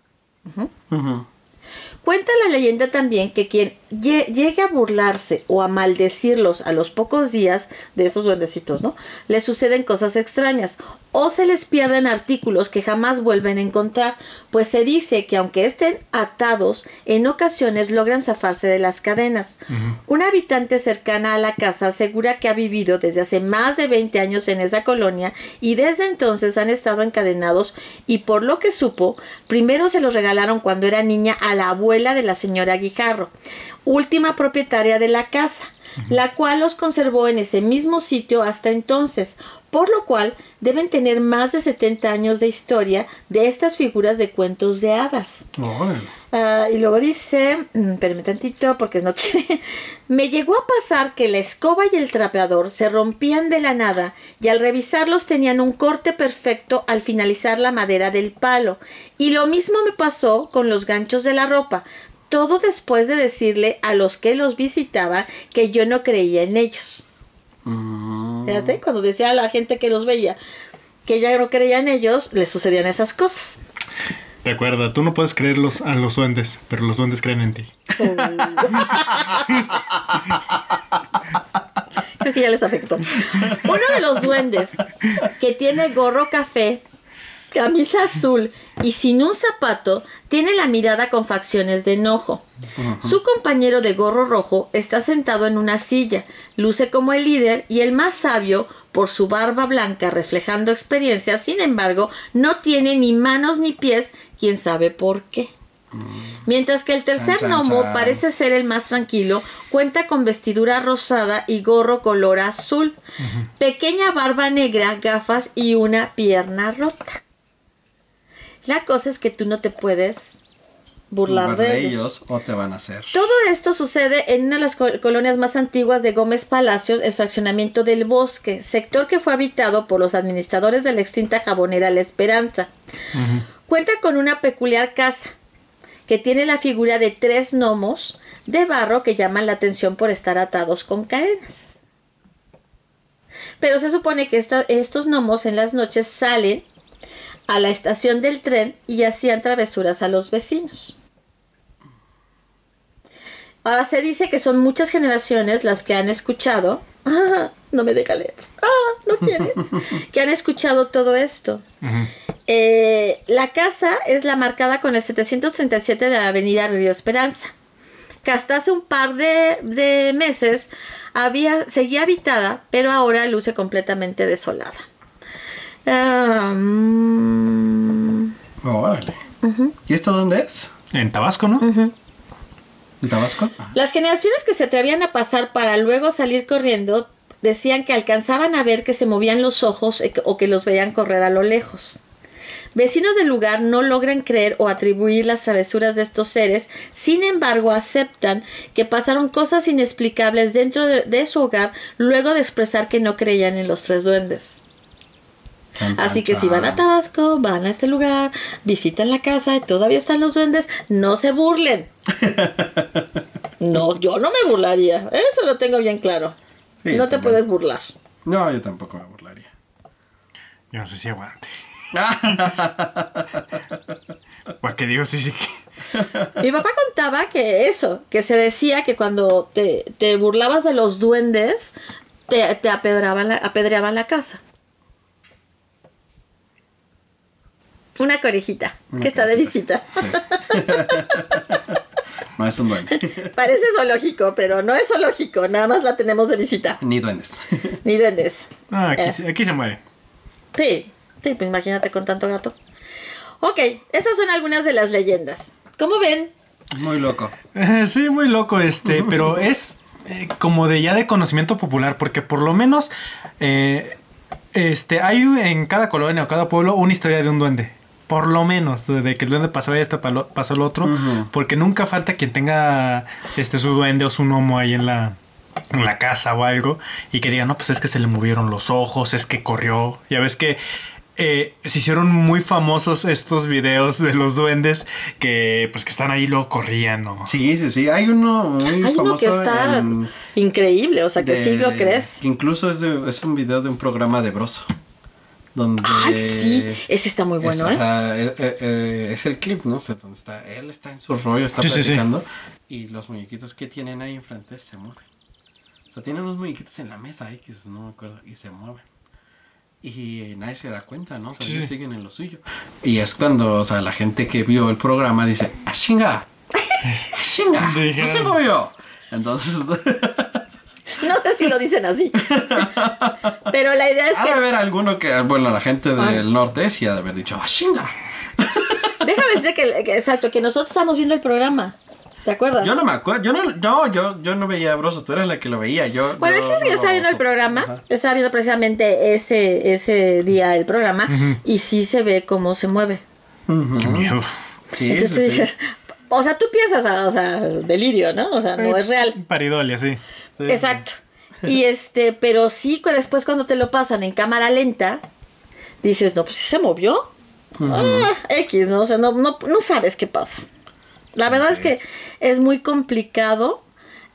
Cuenta la leyenda también que quien llegue a burlarse o a maldecirlos a los pocos días de esos duendecitos, ¿no? Les suceden cosas extrañas o se les pierden artículos que jamás vuelven a encontrar, pues se dice que aunque estén atados, en ocasiones logran zafarse de las cadenas. Una habitante cercana a la casa asegura que ha vivido desde hace más de 20 años en esa colonia y desde entonces han estado encadenados y por lo que supo, primero se los regalaron cuando era niña a la abuela de la señora Guijarro, última propietaria de la casa, la cual los conservó en ese mismo sitio hasta entonces, por lo cual deben tener más de 70 años de historia de estas figuras de cuentos de hadas. Y luego dice, espérame tantito porque no quiere, me llegó a pasar que la escoba y el trapeador se rompían de la nada y al revisarlos tenían un corte perfecto al finalizar la madera del palo. Y lo mismo me pasó con los ganchos de la ropa. Todo después de decirle a los que los visitaban que yo no creía en ellos. Fíjate, cuando decía a la gente que los veía que ella no creía en ellos, les sucedían esas cosas. Recuerda, tú no puedes creer a los duendes, pero los duendes creen en ti. Creo que ya les afectó. Uno de los duendes que tiene gorro café, camisa azul y sin un zapato, tiene la mirada con facciones de enojo. Su compañero de gorro rojo está sentado en una silla, luce como el líder y el más sabio por su barba blanca reflejando experiencia. Sin embargo, no tiene ni manos ni pies, quién sabe por qué. Mientras que el tercer gnomo parece ser el más tranquilo, cuenta con vestidura rosada y gorro color azul, pequeña barba negra, gafas y una pierna rota. La cosa es que tú no te puedes burlar de ellos o te van a hacer. Todo esto sucede en una de las colonias más antiguas de Gómez Palacios, el fraccionamiento del Bosque, sector que fue habitado por los administradores de la extinta jabonera La Esperanza. Cuenta con una peculiar casa que tiene la figura de 3 gnomos de barro que llaman la atención por estar atados con cadenas. Pero se supone que estos gnomos en las noches salen a la estación del tren y hacían travesuras a los vecinos. Ahora se dice que son muchas generaciones las que han escuchado, no me deja leer, no quiere, que han escuchado todo esto. La casa es la marcada con el 737 de la avenida Río Esperanza, que hasta hace un par de meses seguía habitada, pero ahora luce completamente desolada. Órale. ¿Y esto dónde es? En Tabasco, ¿no? ¿En Tabasco? Las generaciones que se atrevían a pasar para luego salir corriendo decían que alcanzaban a ver que se movían los ojos o que los veían correr a lo lejos. Vecinos del lugar no logran creer o atribuir las travesuras de estos seres, sin embargo aceptan que pasaron cosas inexplicables dentro de su hogar luego de expresar que no creían en los 3 duendes. Así que si van a Tabasco, van a este lugar, visitan la casa y todavía están los duendes, no se burlen. No, yo no me burlaría, eso lo tengo bien claro. Sí, no te puedes burlar. No, yo tampoco me burlaría. Yo no sé si aguante. Pues que digo, sí. Mi papá contaba que se decía que cuando te burlabas de los duendes, te apedreaban la casa. Una corejita que está de visita. Sí. No es un duende. Parece zoológico, pero no es zoológico. Nada más la tenemos de visita. Ni duendes. Ni duendes. Aquí se muere. Sí, pues imagínate con tanto gato. Ok, esas son algunas de las leyendas. ¿Cómo ven? Muy loco. Sí, muy loco pero es como de conocimiento popular, porque por lo menos hay en cada colonia o cada pueblo una historia de un duende. Por lo menos, de que el duende pasó esto, pasó lo otro, porque nunca falta quien tenga su duende o su gnomo ahí en la casa o algo, y que diga, no, pues es que se le movieron los ojos, es que corrió. Ya ves que se hicieron muy famosos estos videos de los duendes que están ahí y luego corrían, ¿no? Sí. Hay uno muy famoso. Que está increíble, o sea, que sí lo crees. Que incluso es un video de un programa de Broso. Donde sí, ese está muy bueno, O sea, es el clip, ¿no? O sea, donde él está en su rollo, está platicando, y los muñequitos que tienen ahí enfrente se mueven. O sea, tienen unos muñequitos en la mesa ahí, que no me acuerdo, y se mueven. Y nadie se da cuenta, ¿no? O sea, ellos siguen en lo suyo. Y es cuando, o sea, la gente que vio el programa dice, ¡Ashinga! ¡Ashinga! ¡Eso se movió! Entonces... No sé si lo dicen así. Pero la idea es que... Ha de haber alguno que... Bueno, la gente del norte sí ha de haber dicho, ¡Ashinga! Déjame decirte exacto, que nosotros estamos viendo el programa. ¿Te acuerdas? Yo no me acuerdo. Yo no veía a Broso. Tú eres la que lo veía. Bueno, el chiste es que yo estaba viendo el programa. Ajá. Estaba viendo precisamente ese día el programa. Y sí se ve cómo se mueve. Qué miedo. Sí, entonces tú dices... O sea, tú piensas, o sea, delirio, ¿no? O sea, no es real. Paridolia, sí. Exacto. Y pero sí, después cuando te lo pasan en cámara lenta, dices, no, pues sí se movió. X, ¿no? O sea, no sabes qué pasa. La verdad es que es muy complicado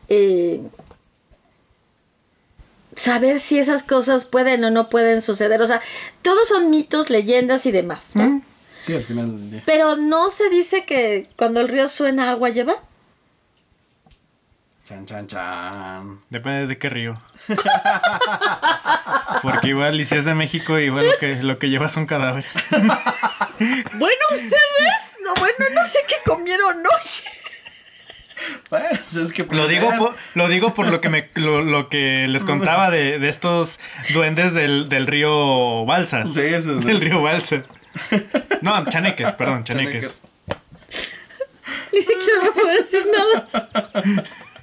saber si esas cosas pueden o no pueden suceder. O sea, todos son mitos, leyendas y demás, ¿no? Sí, al final del día. Pero no se dice que cuando el río suena, agua lleva. Chan, chan, chan. Depende de qué río. Porque igual, y si es de México, igual lo que lleva es un cadáver. Bueno, ustedes, no, bueno, no sé qué comieron hoy. Bueno, es que Lo digo por lo que les contaba de estos duendes del río Balsas. Sí, eso. Del río Balsas. No, chaneques, perdón, chaneques. Ni siquiera me puedo decir nada.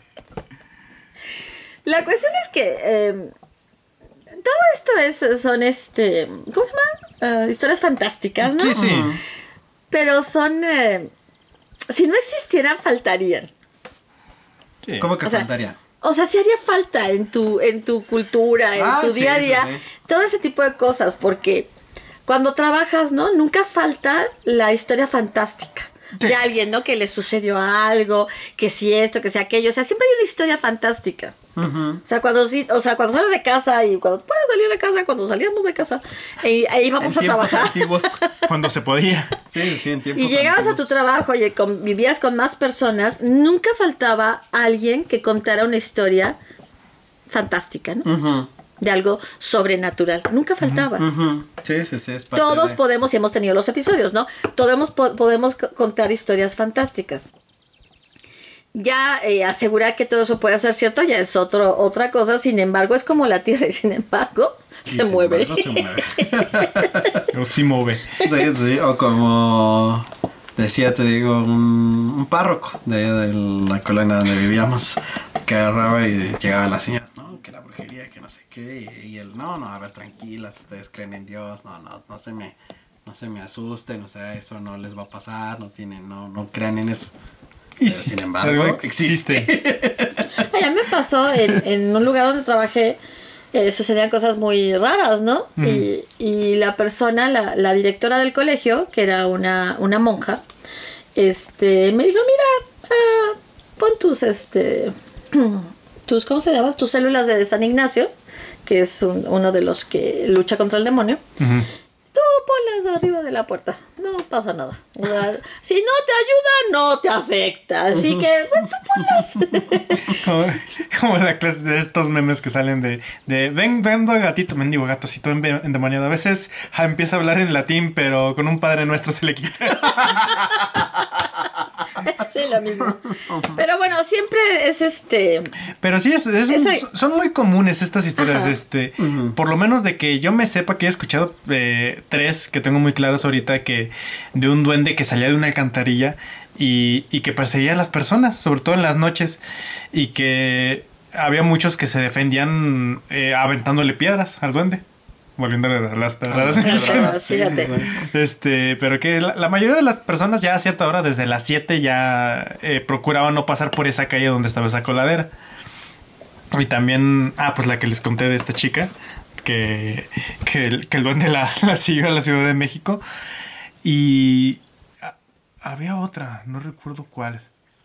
La cuestión es que todo esto son ¿cómo se llama? Historias fantásticas, ¿no? Sí, sí. Pero son, si no existieran, faltarían. Sí. ¿Cómo que O sea, faltaría? O sea, sí haría falta en tu cultura, en tu sí, día a día, sí. todo ese tipo de cosas, porque cuando trabajas, ¿no? Nunca falta la historia fantástica de alguien, ¿no? Que le sucedió algo, que si esto, que si aquello, o sea, siempre hay una historia fantástica. Uh-huh. O sea, cuando sales de casa y cuando puedes salir de casa, cuando salíamos de casa, ahí íbamos a trabajar. Antiguos. Cuando se podía. Sí, en tiempos Y llegabas antiguos. a tu trabajo y vivías con más personas, nunca faltaba alguien que contara una historia fantástica, ¿no? Uh-huh. De algo sobrenatural. Nunca faltaba. Uh-huh. Sí, es parte Todos de... podemos, y hemos tenido los episodios, ¿no? Todos podemos contar historias fantásticas. Ya asegurar que todo eso puede ser cierto ya es otra cosa. Sin embargo, es como la Tierra y sin embargo se mueve. Se mueve. O sí mueve. Sí, o como decía, te digo, un párroco de la colonia donde vivíamos, que agarraba y llegaba a las señoras, no, que la brujería, que no sé qué, y él, no, a ver, tranquilas, ustedes creen en Dios, no se me asusten, o sea, eso no les va a pasar, no crean en eso. Y Pero, sin embargo, algo existe. Ya me pasó en un lugar donde trabajé, sucedían cosas muy raras, ¿no? Y la persona, la directora del colegio, que era una monja, me dijo, mira, pon tus, ¿cómo se llama? Tus células de San Ignacio, que es uno de los que lucha contra el demonio. Uh-huh. Tú ponlas arriba de la puerta, no pasa nada. O sea, si no te ayuda, no te afecta. Así que, pues tú ponlas. Como la clase de estos memes que salen de vengo a gatito, mendigo gato, si tú endemoniado. A veces empieza a hablar en latín, pero con un Padre Nuestro se le quita. Sí, lo mismo. Pero bueno, siempre es Pero sí, son muy comunes estas historias. Ajá. Uh-huh. Por lo menos de que yo me sepa que he escuchado 3 que tengo muy claros ahorita, que de un duende que salía de una alcantarilla y que perseguía a las personas, sobre todo en las noches, y que había muchos que se defendían aventándole piedras al duende. Volviendo a las pedradas. Fíjate. Pero que la mayoría de las personas ya a cierta hora, desde las 7, ya procuraban no pasar por esa calle donde estaba esa coladera. Y también, pues la que les conté de esta chica, que el duende la siguió a la Ciudad de México. Y había otra, no recuerdo cuál.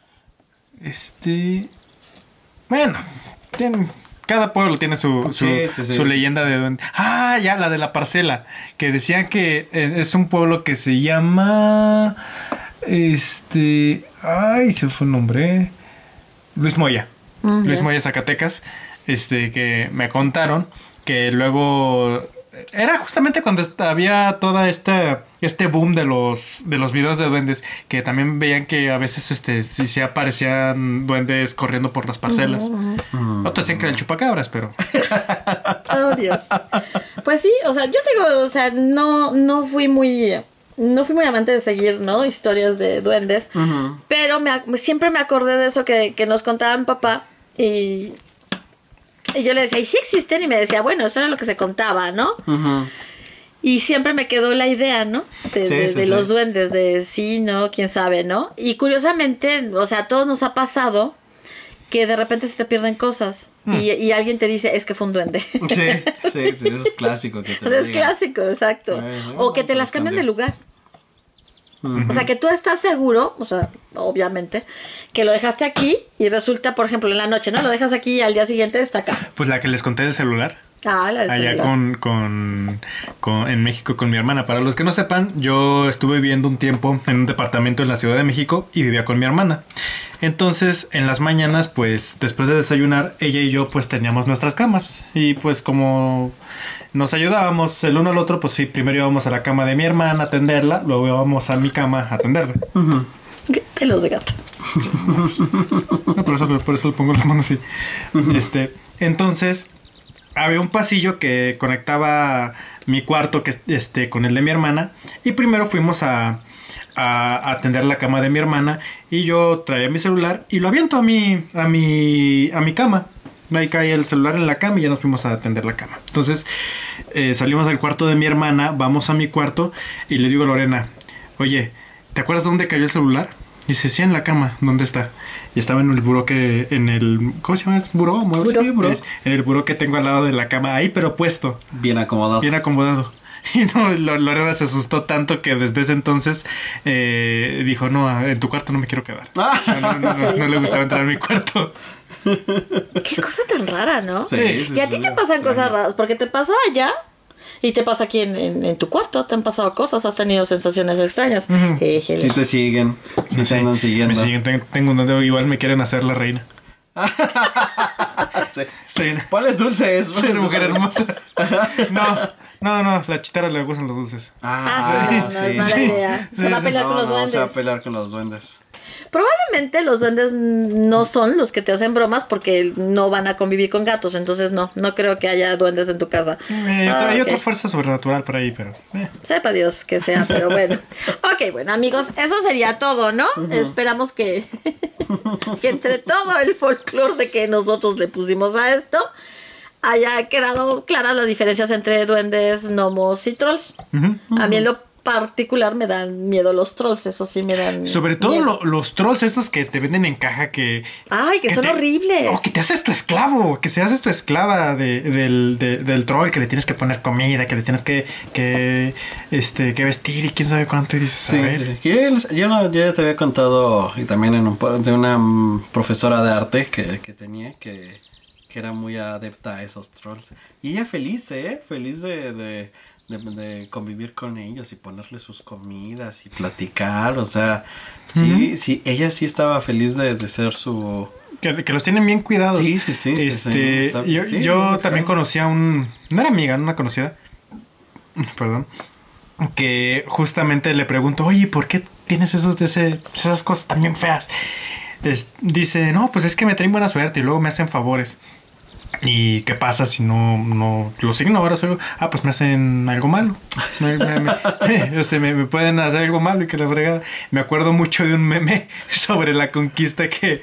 Bueno, cada pueblo tiene su leyenda de duende. Ya, la de la parcela. Que decían que es un pueblo que se llama... se fue el nombre. Luis Moya. Luis Moya, Zacatecas. Que me contaron que luego... Era justamente cuando había toda este boom de los videos de duendes, que también veían que a veces sí se aparecían duendes corriendo por las parcelas. Otros decían que era el chupacabras, pero... Oh, Dios. Pues sí, o sea, yo digo, o sea, no fui muy amante de seguir, ¿no? Historias de duendes, Uh-huh. pero siempre me acordé de eso que nos contaba mi papá y yo le decía, ¿y sí existen? Y me decía, bueno, eso era lo que se contaba, ¿no? Uh-huh. Y siempre me quedó la idea, ¿no? De los duendes, de sí, ¿no? ¿Quién sabe, no? Y curiosamente, o sea, a todos nos ha pasado que de repente se te pierden cosas y alguien te dice, es que fue un duende. Sí, eso es clásico. Que te O sea, es digan. clásico, exacto. O que te las cambian de lugar. Uh-huh. O sea, que tú estás seguro, o sea, obviamente, que lo dejaste aquí y resulta, por ejemplo, en la noche, ¿no? Lo dejas aquí y al día siguiente está acá. Pues la que les conté del celular. Ah, la del allá celular. en México con mi hermana. Para los que no sepan, yo estuve viviendo un tiempo en un departamento en la Ciudad de México y vivía con mi hermana. Entonces, en las mañanas, pues, después de desayunar, ella y yo, pues, teníamos nuestras camas. Y, pues, como nos ayudábamos el uno al otro, pues, sí, primero íbamos a la cama de mi hermana a atenderla, luego íbamos a mi cama a atenderla. Pelos de gato. No, por eso le pongo la mano así. Entonces, había un pasillo que conectaba mi cuarto con el de mi hermana. Y primero fuimos a atender la cama de mi hermana. Y yo traía mi celular y lo aviento a mi cama. Ahí cae el celular en la cama y ya nos fuimos a atender la cama. Entonces, salimos del cuarto de mi hermana, vamos a mi cuarto y le digo a Lorena, oye, ¿te acuerdas dónde cayó el celular? Y dice, sí, en la cama. ¿Dónde está? Y estaba en el buró ¿cómo se llama? ¿Buró? Buró. Sí, buró. En el buró que tengo al lado de la cama. Ahí, pero puesto. Bien acomodado. Bien acomodado. Y no, Lorena se asustó tanto que desde ese entonces dijo, no, en tu cuarto no me quiero quedar. No le gustaba entrar a mi cuarto. Qué cosa tan rara, ¿no? Sí, y a ti te pasan cosas raras, porque te pasó allá y te pasa aquí en tu cuarto. Te han pasado cosas, has tenido sensaciones extrañas. Sí te siguen, sí te andan siguiendo. Me siguen, tengo un dedo, igual me quieren hacer la reina. Sí. Sí. ¿Cuál es dulce? Soy una mujer hermosa. No, la chitara le gustan los dulces. No es mala idea. Se va a pelear con los duendes. Se va a pelear con los duendes. Probablemente los duendes no son los que te hacen bromas porque no van a convivir con gatos. Entonces no creo que haya duendes en tu casa. Hay otra fuerza sobrenatural por ahí, pero... Sepa Dios que sea, pero bueno. Ok, bueno, amigos, eso sería todo, ¿no? Esperamos que entre todo el folclore de que nosotros le pusimos a esto haya quedado claras las diferencias entre duendes, gnomos y trolls. A mí en lo particular me dan miedo los trolls, eso sí me dan sobre todo miedo. Los trolls estos que te venden en caja que son horribles. O que te haces tu esclavo, que se haces tu esclava del troll, que le tienes que poner comida, que le tienes que vestir y quién sabe cuánto, y dices, a ver. Sí. Yo ya te había contado, y también de una profesora de arte que tenía, que era muy adepta a esos trolls. Y ella feliz de convivir con ellos y ponerles sus comidas y platicar, o sea, sí, ella sí estaba feliz de ser su... Que los tienen bien cuidados. Sí. Yo también conocía no era amiga, no una conocida, perdón, que justamente le pregunto, oye, ¿por qué tienes esas cosas tan bien feas? Dice, no, pues es que me traen buena suerte y luego me hacen favores. ¿Y qué pasa si no los ignoro? Pues me hacen algo malo. Me pueden hacer algo malo y que la fregada. Me acuerdo mucho de un meme sobre la conquista que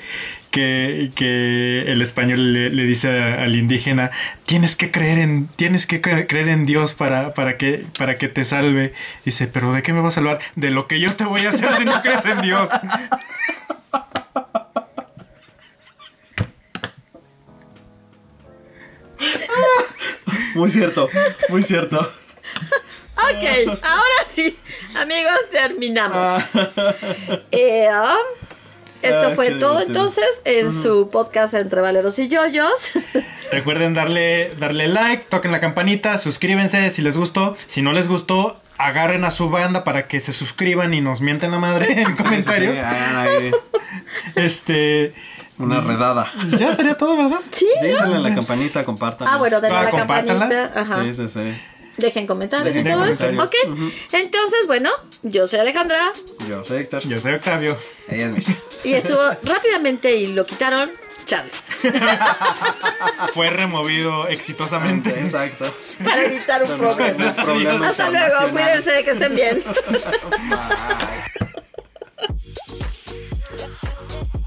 el español le dice al indígena, tienes que creer en Dios para que te salve. Dice, ¿pero de qué me va a salvar? De lo que yo te voy a hacer si no crees en Dios. Muy cierto. Ok, ahora sí, amigos, terminamos. Esto fue todo entonces en su podcast Entre Valeros y Yoyos. Recuerden darle like, toquen la campanita, suscríbanse si les gustó. Si no les gustó, agarren a su banda para que se suscriban y nos mienten la madre en comentarios. Una redada. Ya sería todo, ¿verdad? Sí, denle la campanita, compartan. Bueno, denle la campanita. Ajá. Sí. Dejen comentarios y todo eso. Ok. Entonces, bueno, yo soy Alejandra. Yo soy Héctor. Yo soy Octavio. Ella es Misha. Y estuvo rápidamente y lo quitaron. Charlie. Fue removido exitosamente. Exacto. Para evitar un problema. Hasta luego. Cuídense, que estén bien. Bye.